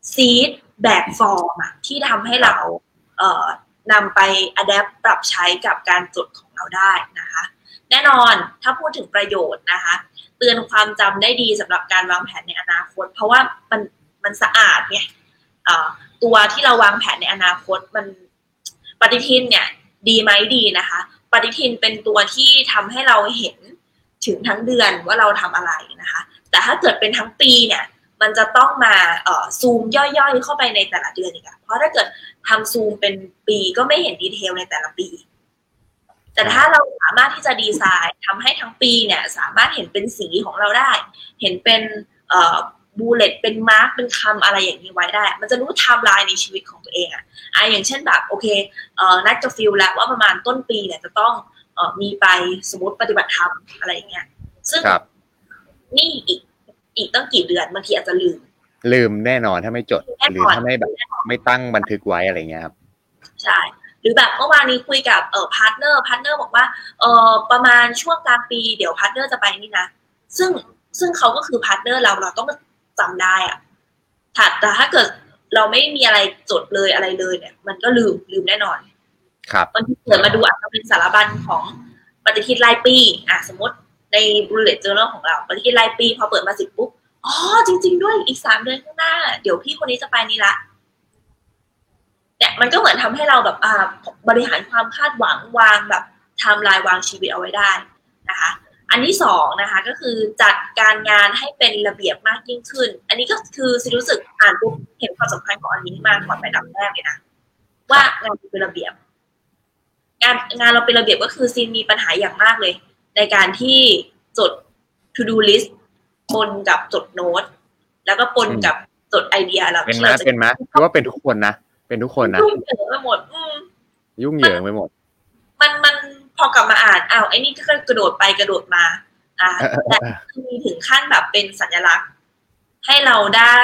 ซีดแบบฟอร์มที่ทำให้เรานำไปอะแดปปรับใช้กับการจดของเราได้นะคะแน่นอนถ้าพูดถึงประโยชน์นะคะเตือนความจำได้ดีสำหรับการวางแผนในอนาคตเพราะว่ามันสะอาดไงตัวที่เราวางแผนในอนาคตมันปฏิทินเนี่ยดีไหมดีนะคะปฏิทินเป็นตัวที่ทำให้เราเห็นถึงทั้งเดือนว่าเราทำอะไรนะคะแต่ถ้าเกิดเป็นทั้งปีเนี่ยมันจะต้องมาซูมย่อยๆเข้าไปในแต่ละเดือนอีกเพราะถ้าเกิดทำซูมเป็นปีก็ไม่เห็นดีเทลในแต่ละปีแต่ถ้าเราสามารถที่จะดีไซน์ทำให้ทั้งปีเนี่ยสามารถเห็นเป็นสีของเราได้เห็นเป็นบูเลตเป็นมาร์กเป็นคำอะไรอย่างนี้ไว้ได้มันจะรู้ไทม์ไลน์ในชีวิตของตัวเองอย่างเช่นแบบโอเคนัดจะฟิลแล้วว่าประมาณต้นปีเนี่ยจะต้องมีไปสมมติปฏิบัติธรรมอะไรอย่างเงี้ยซึ่งนี่อีกตั้งกี่เดือนบางทีอาจจะลืมแน่นอนถ้าไม่จดหรือถ้าไม่แบบไม่ตั้งบันทึกไว้อะไรเงี้ยครับใช่หรือแบบเมื่อวานนี้คุยกับพาร์ทเนอร์บอกว่าประมาณช่วงกลางปีเดี๋ยวพาร์ทเนอร์จะไปนี่นะซึ่งเขาก็คือพาร์ทเนอร์เราต้องจำได้แต่ถ้าเกิดเราไม่มีอะไรจดเลยอะไรเลยเนี่ยมันก็ลืมแน่นอนครับบางทีเกิดมาดูอาจจะเป็นสารบัญของปฏิทินรายปีสมมติใน bullet journal ของเราปฏิทินรายปีพอเปิดมา10ปุ๊บอ๋อจริงๆด้วยอีก3 เดือนข้างหน้าเดี๋ยวพี่คนนี้จะไปนี่ละเนี่ยมันก็เหมือนทำให้เราแบบบริหารความคาดหวังวางแบบไทม์ไลน์วางชีวิตเอาไว้ได้นะคะอันที่2นะคะก็คือจัดการงานให้เป็นระเบียบมากยิ่งขึ้นอันนี้ก็คือซิรู้สึกอ่านปุ๊บเห็นความสำคัญของอันนี้มากก่อนไปดับแรกเลยนะว่างานเป็นระเบียบงานเราเป็นระเบียบก็คือซีนมีปัญหาอย่างมากเลยในการที่จด to do list ปนกับจดโน้ตแล้วก็ปนกับจดไอเดียเราเป็นไหมคือว่าเป็นทุกคนนะยุ่งเหยิงไปหมดยุ่งเหยิงไปหมดมันพอกลับมาอ่านไอ้นี่ก็กระโดดไปกระโดดมาแต่มีถึงขั้นแบบเป็นสัญลักษณ์ให้เรา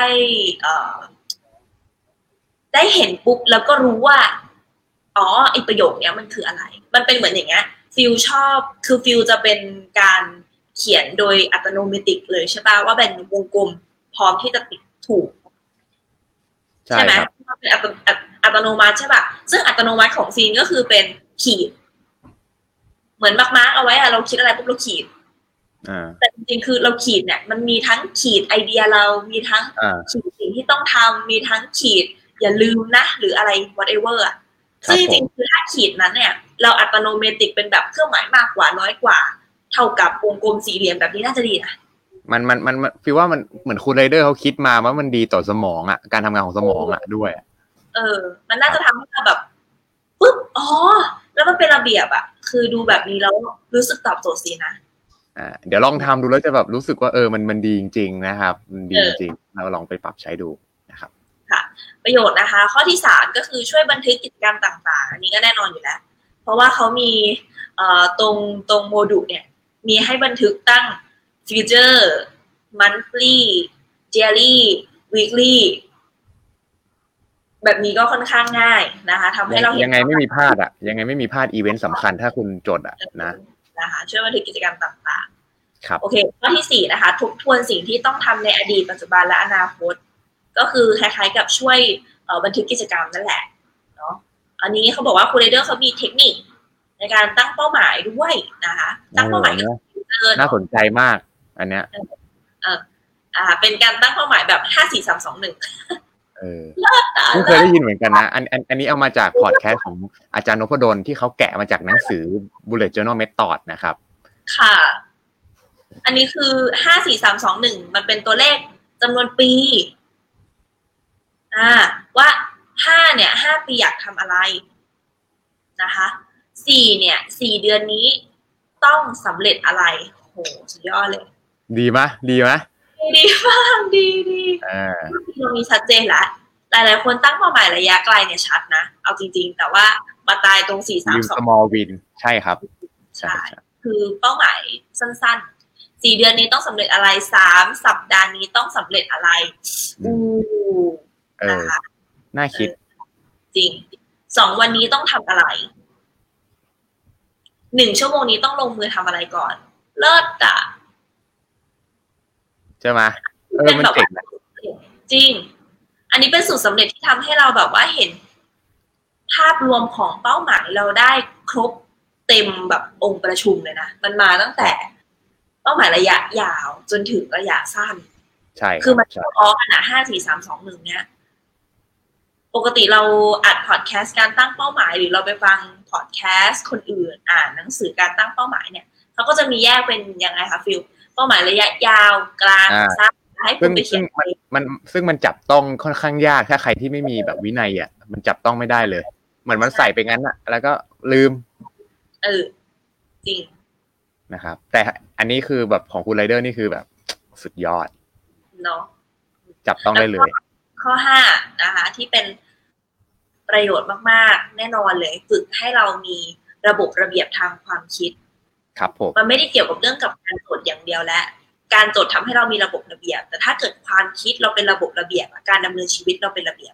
ได้เห็นปุ๊บแล้วก็รู้ว่าไอประโยคเนี้ยมันคืออะไรมันเป็นเหมือนอย่างเงี้ยฟิลชอบคือฟิลจะเป็นการเขียนโดยอัตโนมัติเลยใช่ป่ะว่าเป็นวงกลมพร้อมที่จะติดถูกใช่ไหมเป็นอัตโนมัติใช่ป่ะซึ่งอัตโนมัติของซีนก็คือเป็นขีดเหมือนมาร์กเอาไว้เราคิดอะไรปุ๊บเราขีดแต่จริงๆคือเราขีดเนี่ยมันมีทั้งขีดไอเดียเรามีทั้งขีดสิ่งที่ต้องทำมีทั้งขีดอย่าลืมนะหรืออะไร whatever ซึ่งจริงๆคือถ้าขีดนั้นเนี่ยเราอัตโนมัติเป็นแบบเครื่องหมายมากกว่าน้อยกว่าเท่ากับวงกลมสี่เหลี่ยมแบบนี้น่าจะดีนะมันฟีลว่ามันเหมือนคุณไรเดอร์เขาคิดมาว่ามันดีต่อสมองการทำงานของสมองด้วยมันน่าจะทำให้เราแบบปุ๊บแล้วมันเป็นระเบียบคือดูแบบนี้แล้วรู้สึกตอบโจทย์สินะเดี๋ยวลองทำดูแล้วจะแบบรู้สึกว่ามันดีจริงๆนะครับมันดีจริงเราลองไปปรับใช้ดูนะครับค่ะประโยชน์นะคะข้อที่3ก็คือช่วยบันทึกกิจกรรมต่างๆอันนี้ก็แน่นอนอยู่แล้วเพราะว่าเขามีตรงโมดูลเนี่ยมีให้บันทึกตั้ง future monthly daily weekly แบบนี้ก็ค่อนข้างง่ายนะคะทำให้เราเห็นยังไงไม่มีพลาดอีเวนต์สำคัญถ้าคุณจดนะคะช่วยบันทึกกิจกรรมต่างๆครับโอเคข้อที่4นะคะทบทวนสิ่งที่ต้องทำในอดีตปัจจุบันและอนาคตก็คือคล้ายๆกับช่วยบันทึกกิจกรรมนั่นแหละเนาะอันนี้เขาบอกว่าคูเรเดอร์เขามีเทคนิคในการตั้งเป้าหมายด้วยนะคะตั้งเป้าหมายน่าสนใจมากอันเนี้ยเป็นการตั้งเป้าหมายแบบ5 4 3 2 1 ไม่เคยได้ยินเหมือนกันนะอันนี้เอามาจากพอดแคสต์ของอาจารย์นพดลที่เขาแกะมาจากหนังสือ Bullet Journal Method นะครับค่ะอันนี้คือ5 4 3 2 1มันเป็นตัวเลขจำนวนปีว่า5เนี่ย5ปีอยากทำอะไรนะคะ4เนี่ย4เดือนนี้ต้องสำเร็จอะไรโหสุดยอดเลยดีมะดีมากดีตรงนี้ชัดเจนแล้วหลายๆคนตั้งเป้าหมายระยะไกลเนี่ยชัดนะเอาจริงๆแต่ว่ามาตายตรง4 3 2 small win ใช่ครับใช่คือเป้าหมายสั้นๆ4เดือนนี้ต้องสำเร็จอะไร3สัปดาห์นี้ต้องสำเร็จอะไรนะคะน่าคิดจริง2วันนี้ต้องทำอะไร1ชั่วโมงนี้ต้องลงมือทำอะไรก่อนเลิศใช่ไหมมันเจ๋งนะจริงอันนี้เป็นสูตรสำเร็จที่ทำให้เราแบบว่าเห็นภาพรวมของเป้าหมายเราได้ครบเต็มแบบองค์ประชุมเลยนะมันมาตั้งแต่เป้าหมายระยะยาวจนถึงระยะสั้นใช่คือมันใช่พอกันนะ5 4 3 2 1เนี่ยปกติเราอัดพอดแคสต์การตั้งเป้าหมายหรือเราไปฟังพอดแคสต์คนอื่นอ่านหนังสือการตั้งเป้าหมายเนี่ยเขาก็จะมีแยกเป็นยังไงคะฟิลเป้าหมายระยะยาวกลางสั้นให้คุณไปเขียนซึ่งมันจับต้องค่อนข้างยากถ้าใครที่ไม่มีแบบวินัยอ่ะมันจับต้องไม่ได้เลยเหมือนมันใส่ไปงั้นอ่ะแล้วก็ลืมจริงนะครับแต่อันนี้คือแบบของคุณไรเดอร์นี่คือแบบสุดยอดเนาะจับต้องได้เลยข้อ5นะคะที่เป็นประโยชน์มากๆแน่นอนเลยฝึกให้เรามีระบบระเบียบทางความคิดครับผมมันไม่ได้เกี่ยวกับเรื่องกับการจดอย่างเดียวและการจดทำให้เรามีระบบระเบียบแต่ถ้าเกิดความคิดเราเป็นระบบระเบียบการดำเนินชีวิตเราเป็นระเบียบ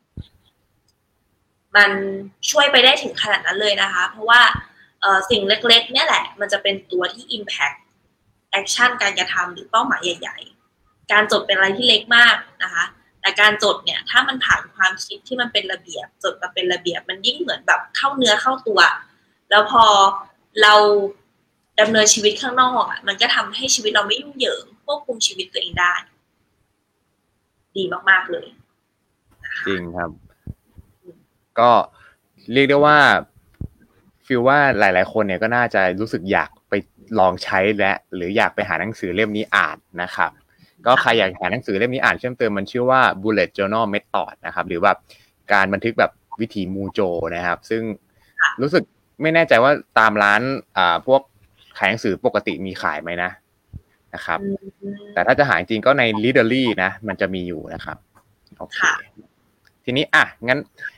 มันช่วยไปได้ถึงขนาดนั้นเลยนะคะเพราะว่าสิ่งเล็กๆเนี่ยแหละมันจะเป็นตัวที่ impact action การกระทำหรือเป้าหมายใหญ่ๆการจดเป็นอะไรที่เล็กมากนะคะแต่การจดเนี่ยถ้ามันผ่านความคิดที่มันเป็นระเบียบจดมาเป็นระเบียบมันยิ่งเหมือนแบบเข้าเนื้อเข้าตัวแล้วพอเราดำเนินชีวิตข้างนอกอ่ะมันก็ทำให้ชีวิตเราไม่ยุ่งเหยิงควบคุมชีวิตตัวเองได้ดีมากๆเลยจริงครับก็เรียกได้ว่าฟีลว่าหลายๆคนเนี่ยก็น่าจะรู้สึกอยากไปลองใช้และหรืออยากไปหาหนังสือเล่มนี้อ่านนะครับก็ใครอยากหาหนังสือเล่มนี้อ่านเพิ่มเติมมันชื่อว่า Bullet Journal Method นะครับหรือแบบการบันทึกแบบวิธีมูโจนะครับซึ่งรู้สึกไม่แน่ใจว่าตามร้านพวกขายหนังสือปกติมีขายไหมนะครับแต่ถ้าจะหาจริงก็ใน Readerly นะมันจะมีอยู่นะครับโอเคทีนี้งั้น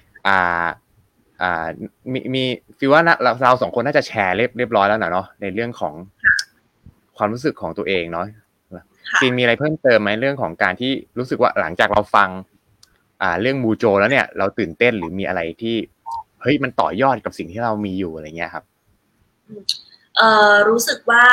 มีฟีลว่าเราสองคนน่าจะแชร์เรียบร้อยแล้วเนาะในเรื่องของความรู้สึกของตัวเองเนาะซีนมีอะไรเพิ่มเติมไหมเรื่องของการที่รู้สึกว่าหลังจากเราฟังเรื่องมูโจแล้วเนี่ยเราตื่นเต้นหรือมีอะไรที่เฮ้ยมันต่อยอดกับสิ่งที่เรามีอยู่อะไรเงี้ยครับรู้สึกว่า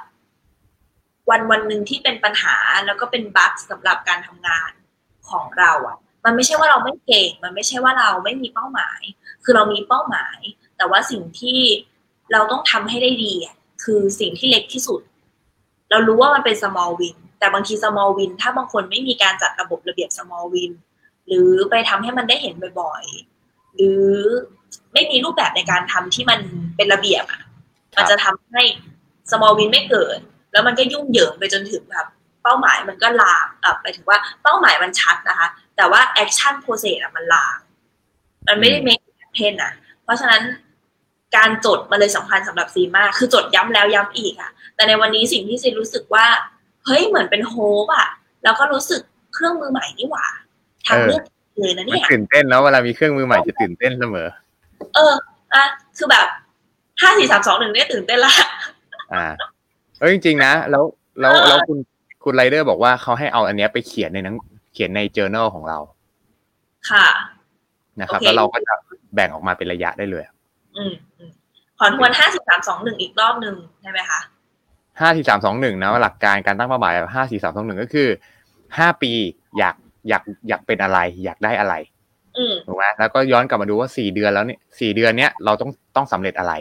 วันหนึ่งที่เป็นปัญหาแล้วก็เป็นบั๊กสำหรับการทำงานของเราอ่ะมันไม่ใช่ว่าเราไม่เก่งมันไม่ใช่ว่าเราไม่มีเป้าหมายคือเรามีเป้าหมายแต่ว่าสิ่งที่เราต้องทำให้ได้ดีคือสิ่งที่เล็กที่สุดเรารู้ว่ามันเป็น small win แต่บางที small win ถ้าบางคนไม่มีการจัดระบบระเบียบ small win หรือไปทำให้มันได้เห็นบ่อยๆหรือไม่มีรูปแบบในการทำที่มันเป็นระเบียบมันจะทำให้ small win ไม่เกิดแล้วมันก็ยุ่งเหยิงไปจนถึงแบบเป้าหมายมันก็ลามไปถึงว่าเป้าหมายมันชัดนะคะแต่ว่า action process มันลามมันไม่ได้ make happen เพราะฉะนั้นการจดมันเลยสำคัญสำหรับซีมากคือจดย้ำแล้วย้ำอีกแต่ในวันนี้สิ่งที่ซีรู้สึกว่าเฮ้ยเหมือนเป็นโฮปแล้วก็รู้สึกเครื่องมือใหม่นี่หว่าทางเลือกเลยนะเนี่ยตื่นเต้นแล้วเวลามีเครื่องมือใหม่จะตื่นเต้นเสมอคือแบบ5 4 3 2 1เนี่ยตื่นเต้นละจริงๆนะแล้วคุณไรเดอร์บอกว่าเขาให้เอาอันเนี้ยไปเขียนใน journal ของเราค่ะนะครับแล้วเราก็จะแบ่งออกมาเป็นระยะได้เลยขอทวน5 4 3 2 1อีกรอบนึงใช่ไหมคะ 5 4 3 2 1นะหลักการการตั้งเป้าหมายแบบ5 4 3 2 1ก็คือ5ปีอยากเป็นอะไรอยากได้อะไรถูกไหมแล้วก็ย้อนกลับมาดูว่า4เดือนแล้วเนี่ย4เดือนเนี้ยเราต้องสำเร็จอะไร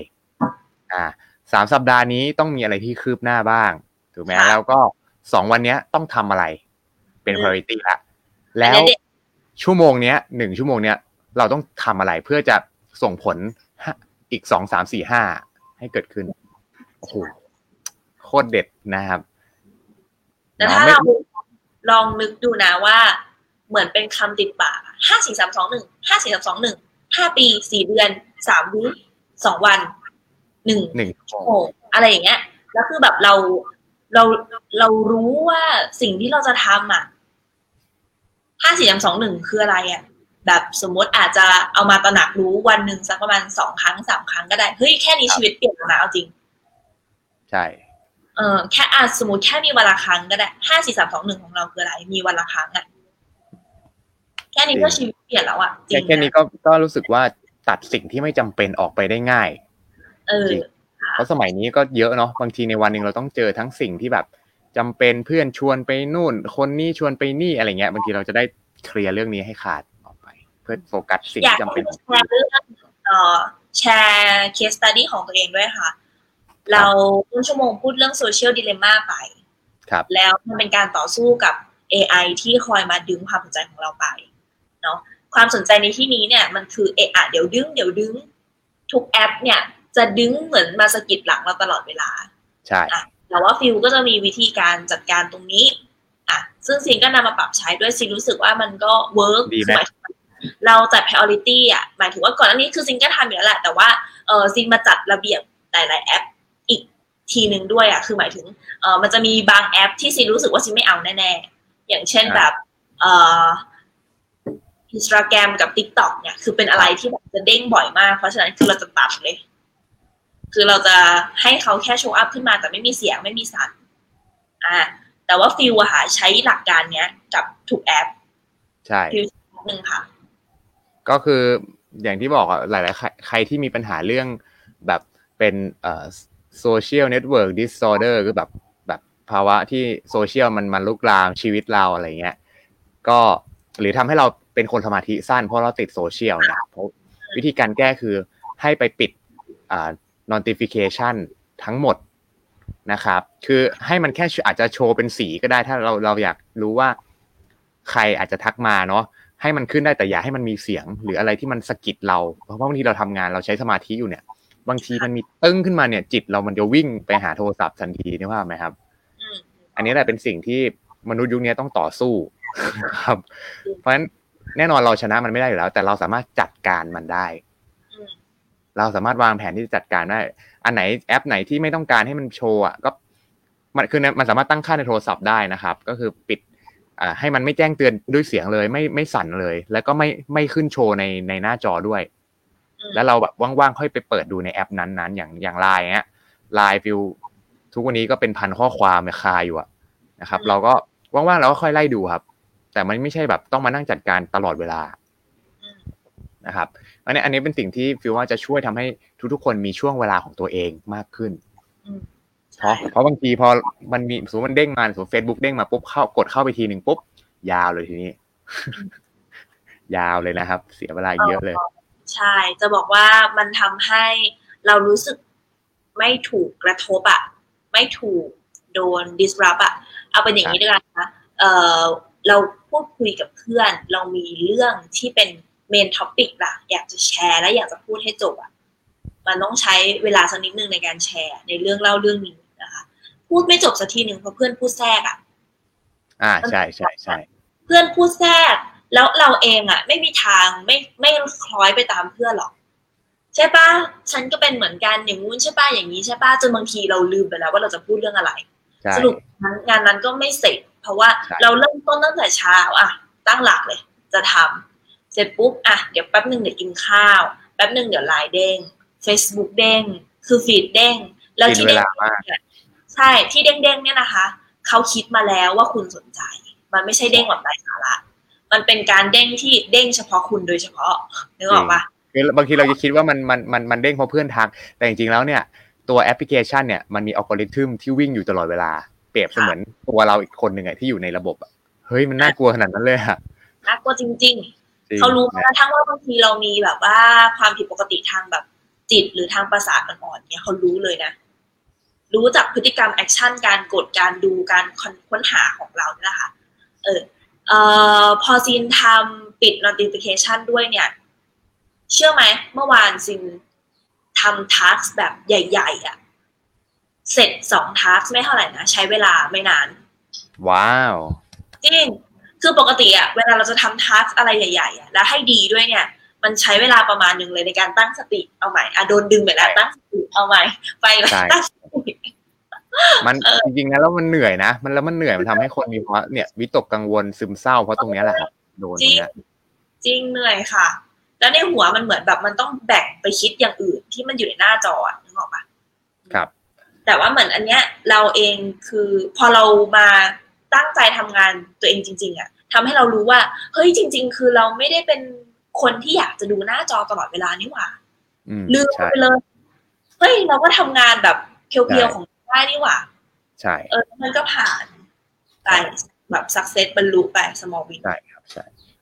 3 สัปดาห์นี้ต้องมีอะไรที่คืบหน้าบ้างถูกไหมแล้วก็2วันเนี้ยต้องทำอะไรเป็น priority ละแล้วชั่วโมงเนี้ย1ชั่วโมงเนี้ยเราต้องทำอะไรเพื่อจะส่งผลอีก2 3 4 5ให้เกิดขึ้นโอ้โหโคตรเด็ดนะครับแต่ถ้าเราลองนึกดูนะว่าเหมือนเป็นคำติดปาก5 4 3 2 1 5 4 3 2 1 5ปี4เดือน3วีค2วัน1ชั่วโมงอะไรอย่างเงี้ยแล้วคือแบบเรารู้ว่าสิ่งที่เราจะทำ5 4 3 2 1คืออะไรแบบสมมติอาจจะเอามาตระหนักรู้วันหนึ่งสักประมาณ2 ครั้ง 3 ครั้งก็ได้เฮ้ยแค่นี้ชีวิตเปลี่ยนแล้วเอาจริงใช่แค่สมมติแค่มีวันละครั้งก็ได้5 4 3 2 1ของเราคืออะไรมีวันละครั้งแค่นี้ก็ชีวิตเปลี่ยนแล้วจริงแค่นี้ก็รู้สึกว่าตัดสิ่งที่ไม่จำเป็นออกไปได้ง่ายจริงเพราะสมัยนี้ก็เยอะเนาะบางทีในวันนึงเราต้องเจอทั้งสิ่งที่แบบจำเป็นเพื่อนชวนไปนู่นคนนี้ชวนไปนี่อะไรเงี้ยบางทีเราจะได้เคลียร์เรื่องนี้ให้ขาดออกไปเพื่อโฟกัสสิ่งอยากที่จำให้เป็นแชร์เรื่องแชร์เคสสตัดดี้ของตัวเองด้วยค่ะ เราต้นชั่วโมงพูดเรื่องโซเชียลดิเลม่าไปครับแล้วมันเป็นการต่อสู้กับ AI ที่คอยมาดึงความสนใจของเราไปเนาะความสนใจในที่นี้เนี่ยมันคือเดี๋ยวดึงทุกแอปเนี่ยจะดึงเหมือนมาสะกิดหลังเราตลอดเวลาใช่แต่ว่าฟิลก็จะมีวิธีการจัดการตรงนี้ซึ่งซินก็นำมาปรับใช้ด้วยซินรู้สึกว่ามันก็เวิร์กเราจัด priority หมายถึงว่าก่อนหน้านี้คือซินก็ทำอยู่แล้วแหละแต่ว่าซินมาจัดระเบียบหลายๆแอปอีกทีนึงด้วยคือหมายถึงมันจะมีบางแอปที่ซินรู้สึกว่าซินไม่เอาแน่ๆอย่างเช่นแบบInstagram กับ TikTok เนี่ยคือเป็นอะไรที่แบบจะเด้งบ่อยมากเพราะฉะนั้นคือเราจะตัดเลยคือเราจะให้เขาแค่โชว์อัพขึ้นมาแต่ไม่มีเสียงไม่มีสั่นแต่ว่าฟิลใช้หลักการเนี้ยกับทุกแอปใช่ฟิลนึงค่ะก็คืออย่างที่บอกหลายๆใครที่มีปัญหาเรื่องแบบเป็นsocial network disorder คือแบบภาวะที่โซเชียลมันลุกลามชีวิตเราอะไรเงี้ยก็หรือทำให้เราเป็นคนสมาธิสั้นเพราะเราติดโซเชียลเนี่ยเพราะวิธีการแก้คือให้ไปปิดnotification ทั้งหมดนะครับคือให้มันแค่อาจจะโชว์เป็นสีก็ได้ถ้าเราอยากรู้ว่าใครอาจจะทักมาเนาะให้มันขึ้นได้แต่อย่าให้มันมีเสียงหรืออะไรที่มันสะกิดเราเพราะบางทีเราทำงานเราใช้สมาธิอยู่เนี่ยบางทีมันมีตึ้งขึ้นมาเนี่ยจิตเรามันจะวิ่งไปหาโทรศัพท์ทันทีนี่ว่าไหมครับอันนี้แหละเป็นสิ่งที่มนุษย์ยุคนี้ต้องต่อสู้ครับเพราะฉะนั้นแน่นอนเราชนะมันไม่ได้อยู่แล้วแต่เราสามารถจัดการมันได้เราสามารถวางแผนที่จะจัดการได้อันไหนแอปไหนที่ไม่ต้องการให้มันโชว์ก็มันสามารถตั้งค่าในโทรศัพท์ได้นะครับก็คือปิดให้มันไม่แจ้งเตือนด้วยเสียงเลยไม่สั่นเลยแล้วก็ไม่ขึ้นโชว์ในหน้าจอด้วยแล้วเราแบบว่างๆค่อยไปเปิดดูในแอปนั้นๆอย่าง LINE เงี้ย LINE ฟิลทุกวันนี้ก็เป็นพันข้อความคาอยู่นะครับเราก็ว่างๆเราก็ค่อยไล่ดูครับแต่มันไม่ใช่แบบต้องมานั่งจัดการตลอดเวลานะครับอันนี้เป็นสิ่งที่ฟิลว่าจะช่วยทำให้ทุกๆคนมีช่วงเวลาของตัวเองมากขึ้นเพราะบางทีพอมันมีสมมติมันเด้งมาสมมติ Facebook เด้งมาปุ๊บกดเข้าไปทีนึงปุ๊บยาวเลยทีนี้ ยาวเลยนะครับเสียเวลาเยอะเลยใช่จะบอกว่ามันทำให้เรารู้สึกไม่ถูกกระทบไม่ถูกโดน disrupt เอาเป็นอย่างนี้ด้วยกันนะเราพูดคุยกับเพื่อนเรามีเรื่องที่เป็นเมนท็อปิกอยากจะแชร์และอยากจะพูดให้จบมันต้องใช้เวลาสักนิดนึงในการแชร์ในเรื่องเล่าเรื่องนี้นะคะพูดไม่จบสักทีนึงเพราะเพื่อนพูดแทรกใช่เพื่อนพูดแทรกแล้วเราเองไม่มีทางไม่คล้อยไปตามเพื่อนหรอกใช่ป่ะฉันก็เป็นเหมือนกันอย่างงู้นใช่ป่ะอย่างนี้ใช่ป่ะจนบางทีเราลืมไปแล้วว่าเราจะพูดเรื่องอะไรสรุปงานนั้นก็ไม่เสร็จเพราะว่าเราเริ่มต้นตั้งแต่เช้าตั้งหลักเลยจะทำเสร็จปุ๊บเดี๋ยวแป๊บนึงเดี๋ยวกินข้าวแป๊บนึงเดี๋ยวไลน์เด้ง Facebook เด้งคือฟีดเด้งแล้วที่เด้งใช่ที่เด้งเนี่ยนะคะเขาคิดมาแล้วว่าคุณสนใจมันไม่ใช่เด้งแบบไร้สาระมันเป็นการเด้งที่เด้งเฉพาะคุณโดยเฉพาะนึกออกปะคือบางทีเราจะคิดว่ามันเด้งเพราะเพื่อนทักแต่จริงๆแล้วเนี่ยตัวแอปพลิเคชันเนี่ยมันมีอัลกอริทึมที่วิ่งอยู่ตลอดเวลาเปรียบเสมือนตัวเราอีกคนหนึ่งที่อยู่ในระบบเฮ้ยมันน่ากลัวขนาดนั้นเลยน่ากลัวจริงๆเขารู้กระทั่งว่าบางทีเรามีแบบว่าความผิดปกติทางแบบจิตหรือทางประสาทอ่อนๆเนี่ยเขารู้เลยนะรู้จากพฤติกรรมแอคชั่นการกดการดูการค้นหาของเราเนี่ยนะคะพอซินทำปิด notification ด้วยเนี่ยเชื่อไหมเมื่อวานซินทำ task แบบใหญ่ๆเสร็จ2 task ไม่เท่าไหร่นะใช้เวลาไม่นานว้าวจริงคือปกติเวลาเราจะทำ task อะไรใหญ่ๆแล้วให้ดีด้วยเนี่ยมันใช้เวลาประมาณนึงเลยในการตั้งสติเอาใหม่โดนดึงไปแล้วตั้งสติเอาใหม่ไปแล้วตั้งสติมันจริงๆนะแล้วมันเหนื่อยนะมันเหนื่อยมันทำให้คนมีเพราะเนี่ยวิตกกังวลซึมเศร้าเพราะตรงนี้แหละครับโดนตรงนี้จริงเหนื่อยค่ะแล้วในหัวมันเหมือนแบบมันต้องแบ่งไปคิดอย่างอื่นที่มันอยู่ในหน้าจอนึกออกปะครับแต่ว่าเหมือนอันเนี้ยเราเองคือพอเรามาตั้งใจทำงานตัวเองจริงๆทำให้เรารู้ว่าเฮ้ยจริงๆคือเราไม่ได้เป็นคนที่อยากจะดูหน้าจอตลอดเวลานี่หว่าลืมไปเลยเฮ้ยเราก็ทำงานแบบเพียวๆของได้นี่หว่าใช่มันก็ผ่านไปแบบ success บรรลุไป small win ใช่ครับใช่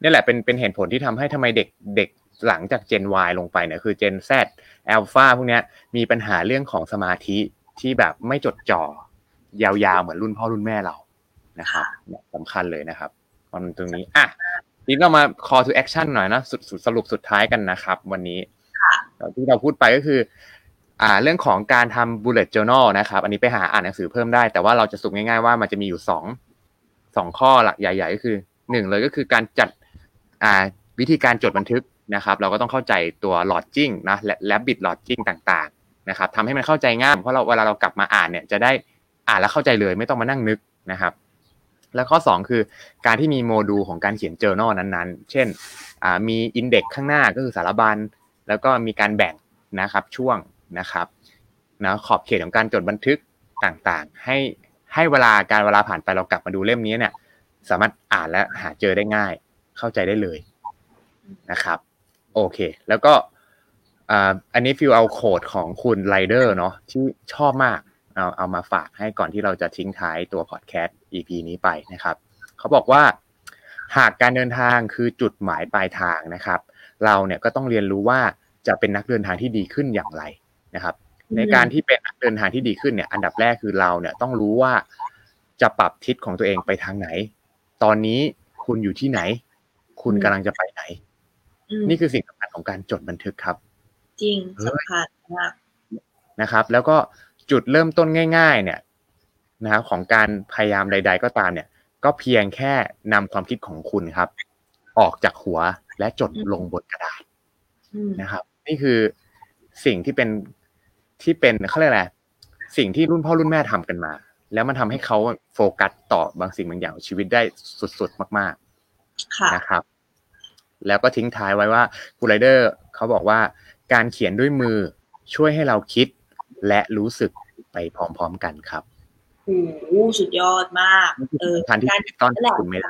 นี่แหละเป็นเหตุผลที่ทำให้ทำไมเด็กหลังจาก Gen Y ลงไปเนี่ยคือ Gen Z Alpha พวกเนี้ยมีปัญหาเรื่องของสมาธิที่แบบไม่จดจ่อยาวๆเหมือนรุ่นพ่อรุ่นแม่เรานะครับสำคัญเลยนะครับตรงนี้ทีนี้เรามา call to action หน่อยนะสรุปสุดท้ายกันนะครับวันนี้ที่เราพูดไปก็คือเรื่องของการทำ bullet journal นะครับอันนี้ไปหาอ่านหนังสือเพิ่มได้แต่ว่าเราจะสรุปง่ายๆว่ามันจะมีอยู่สองข้อหลักใหญ่ๆก็คือ1เลยก็คือการจัดวิธีการจดบันทึกนะครับเราก็ต้องเข้าใจตัว lodging นะและ rabbit lodging ต่างๆนะครับทำให้มันเข้าใจง่ายเพราะเวลาเรากลับมาอ่านเนี่ยจะได้อ่านแล้วเข้าใจเลยไม่ต้องมานั่งนึกนะครับแล้วข้อ2คือการที่มีโมดูลของการเขียน journal นั้นๆเช่นมี index ข้างหน้าก็คือสารบัญแล้วก็มีการแบ่งนะครับช่วงนะครับนะขอบเขตของการจดบันทึกต่างๆให้เวลาผ่านไปเรากลับมาดูเล่มนี้เนี่ยสามารถอ่านและหาเจอได้ง่ายเข้าใจได้เลยนะครับโอเคแล้วก็อันนี้ฟิลเอาโค้ดของคุณไรเดอร์เนาะที่ชอบมากเอามาฝากให้ก่อนที่เราจะทิ้งท้ายตัวพอดแคสต์ EP นี้ไปนะครับเขาบอกว่าหากการเดินทางคือจุดหมายปลายทางนะครับเราเนี่ยก็ต้องเรียนรู้ว่าจะเป็นนักเดินทางที่ดีขึ้นอย่างไรนะครับในการที่เป็นนักเดินทางที่ดีขึ้นเนี่ยอันดับแรกคือเราเนี่ยต้องรู้ว่าจะปรับทิศของตัวเองไปทางไหนตอนนี้คุณอยู่ที่ไหนคุณกำลังจะไปไหนนี่คือสิ่งสำคัญของการจดบันทึกครับจริงสำคัญมากนะครับแล้วก็จุดเริ่มต้นง่ายๆเนี่ยนะครับของการพยายามใดๆก็ตามเนี่ยก็เพียงแค่นำความคิดของคุณครับออกจากหัวและจดลงบนกระดาษนะครับนี่คือสิ่งที่เป็นเขาเรียกอะไรสิ่งที่รุ่นพ่อรุ่นแม่ทำกันมาแล้วมันทำให้เขาโฟกัสต่อบางสิ่งบางอย่างชีวิตได้สุดๆมากๆนะครับแล้วก็ทิ้งท้ายไว้ว่าคุณไรเดอร์เขาบอกว่าการเขียนด้วยมือช่วยให้เราคิดและรู้สึกไปพร้อมๆกันครับโอ้โหสุดยอดมากการต้อนคุณไม่ได้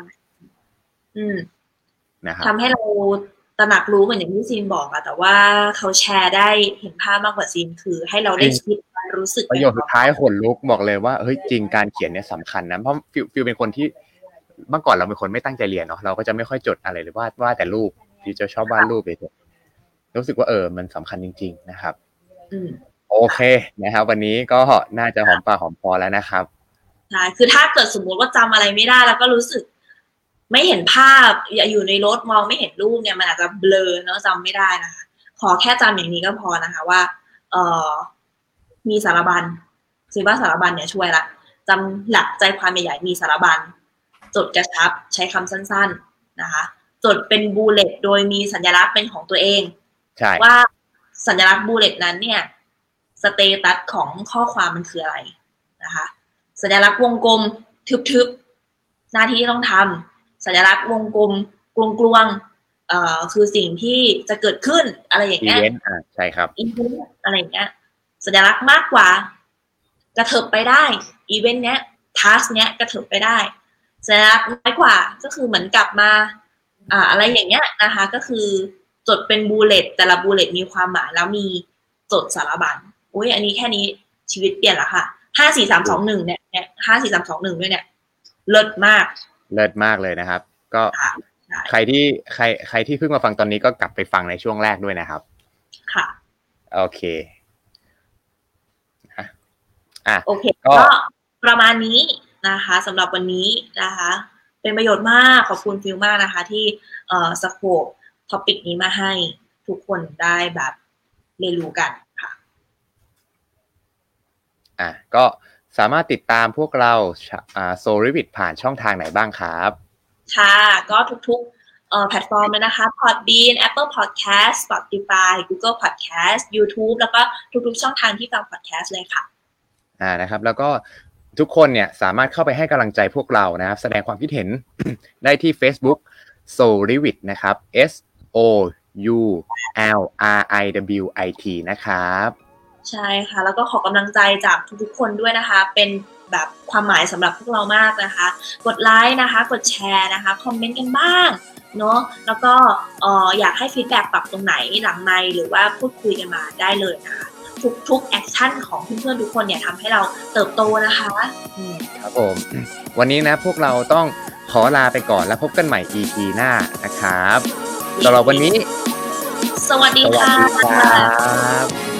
ทำให้เราตระหนักรู้เหมือนอย่างที่ซีนบอกอะแต่ว่าเขาแชร์ได้เห็นภาพมากกว่าซีนคือให้เราได้คิดรู้สึกประโยชน์สุดท้ายขนลุกบอกเลยว่าเฮ้ยจริงการเขียนเนี่ยสำคัญนะเพราะฟิลเป็นคนที่เมื่อก่อนเราเป็นคนไม่ตั้งใจเรียนเนาะเราก็จะไม่ค่อยจดอะไรหรือว่าแต่รูปที่จะชอบวาดรูปเลยรู้สึกว่ามันสำคัญจริงๆนะครับโอเคนะครับวันนี้ก็น่าจะหอมปากหอมคอแล้วนะครับใช่คือถ้าเกิดสมมติว่าจำอะไรไม่ได้แล้วก็รู้สึกไม่เห็นภาพอยู่ในรถมองไม่เห็นรูปเนี่ยมันอาจจะเบลอเนาะจำไม่ได้นะคะขอแค่จำอย่างนี้ก็พอนะคะว่ามีสารบัญคิดว่าสารบัญเนี่ยช่วยละจำหลักใจความใหญ่ๆมีสารบัญจดกระชับใช้คำสั้นๆนะคะจดเป็นบูเลตโดยมีสัญลักษณ์เป็นของตัวเองว่าสัญลักษณ์บูเลตนั้นเนี่ยสเตตัสของข้อความมันคืออะไรนะคะสัญลักษณ์วงกลมทึบๆหน้าที่ที่ต้องทำสัญลักษณ์วงกลมกลวงคือสิ่งที่จะเกิดขึ้นอะไรอย่างเงี้ยใช่ครับอีเวนต์อะไรอย่างเงี้ยสัญลักษณ์มากกว่ากระเถิบไปได้อีเวนต์เนี้ยทัสเนี้ยกระเถิบไปได้สัญลักษณ์น้อยกว่าก็คือเหมือนกลับมาอะไรอย่างเงี้ยนะคะก็คือจดเป็นบูเลตแต่ละบูเลตมีความหมายแล้วมีจดสารบัญอุ้ยอันนี้แค่นี้ชีวิตเปลี่ยนละค่ะ5 4 3 2 1เนี่ย5 4 3 2 1ด้วยเนี่ยเลิศมากเลยนะครับก็ใครที่เพิ่งมาฟังตอนนี้ก็กลับไปฟังในช่วงแรกด้วยนะครับค่ะโอเคโอเคก็ประมาณนี้นะคะสำหรับวันนี้นะคะเป็นประโยชน์มากขอบคุณฟิลมากนะคะที่สโคปท็อปิกนี้มาให้ทุกคนได้แบบเรียนรู้กันค่ะก็สามารถติดตามพวกเราSoulrevit ผ่านช่องทางไหนบ้างครับค่ะก็ทุกแพลตฟอร์มเลยนะคะ Podbean Apple Podcast Spotify Google Podcast YouTube แล้วก็ทุกๆช่องทางที่ฟัง podcast เลยค่ะนะครับแล้วก็ทุกคนเนี่ยสามารถเข้าไปให้กำลังใจพวกเรานะครับแสดงความคิดเห็น ได้ที่ Facebook Soulrevit นะครับ SOULRIWIT นะครับใช่ค่ะแล้วก็ขอกำลังใจจากทุกๆคนด้วยนะคะเป็นแบบความหมายสำหรับพวกเรามากนะคะกดไลค์นะคะกดแชร์นะคะคอมเมนต์กันบ้างเนาะแล้วก็อยากให้ฟีดแบ็กปรับตรงไหนหลังไมค์หรือว่าพูดคุยกันมาได้เลยนะคะทุกแอคชั่นของเพื่อนๆทุกคนเนี่ยทำให้เราเติบโตนะคะครับผมวันนี้นะพวกเราต้องขขอลาไปก่อนแล้วพบกันใหม่ EP หน้านะครับสำหรับวันนี้สวัสดีสวัสค่ะดีครับ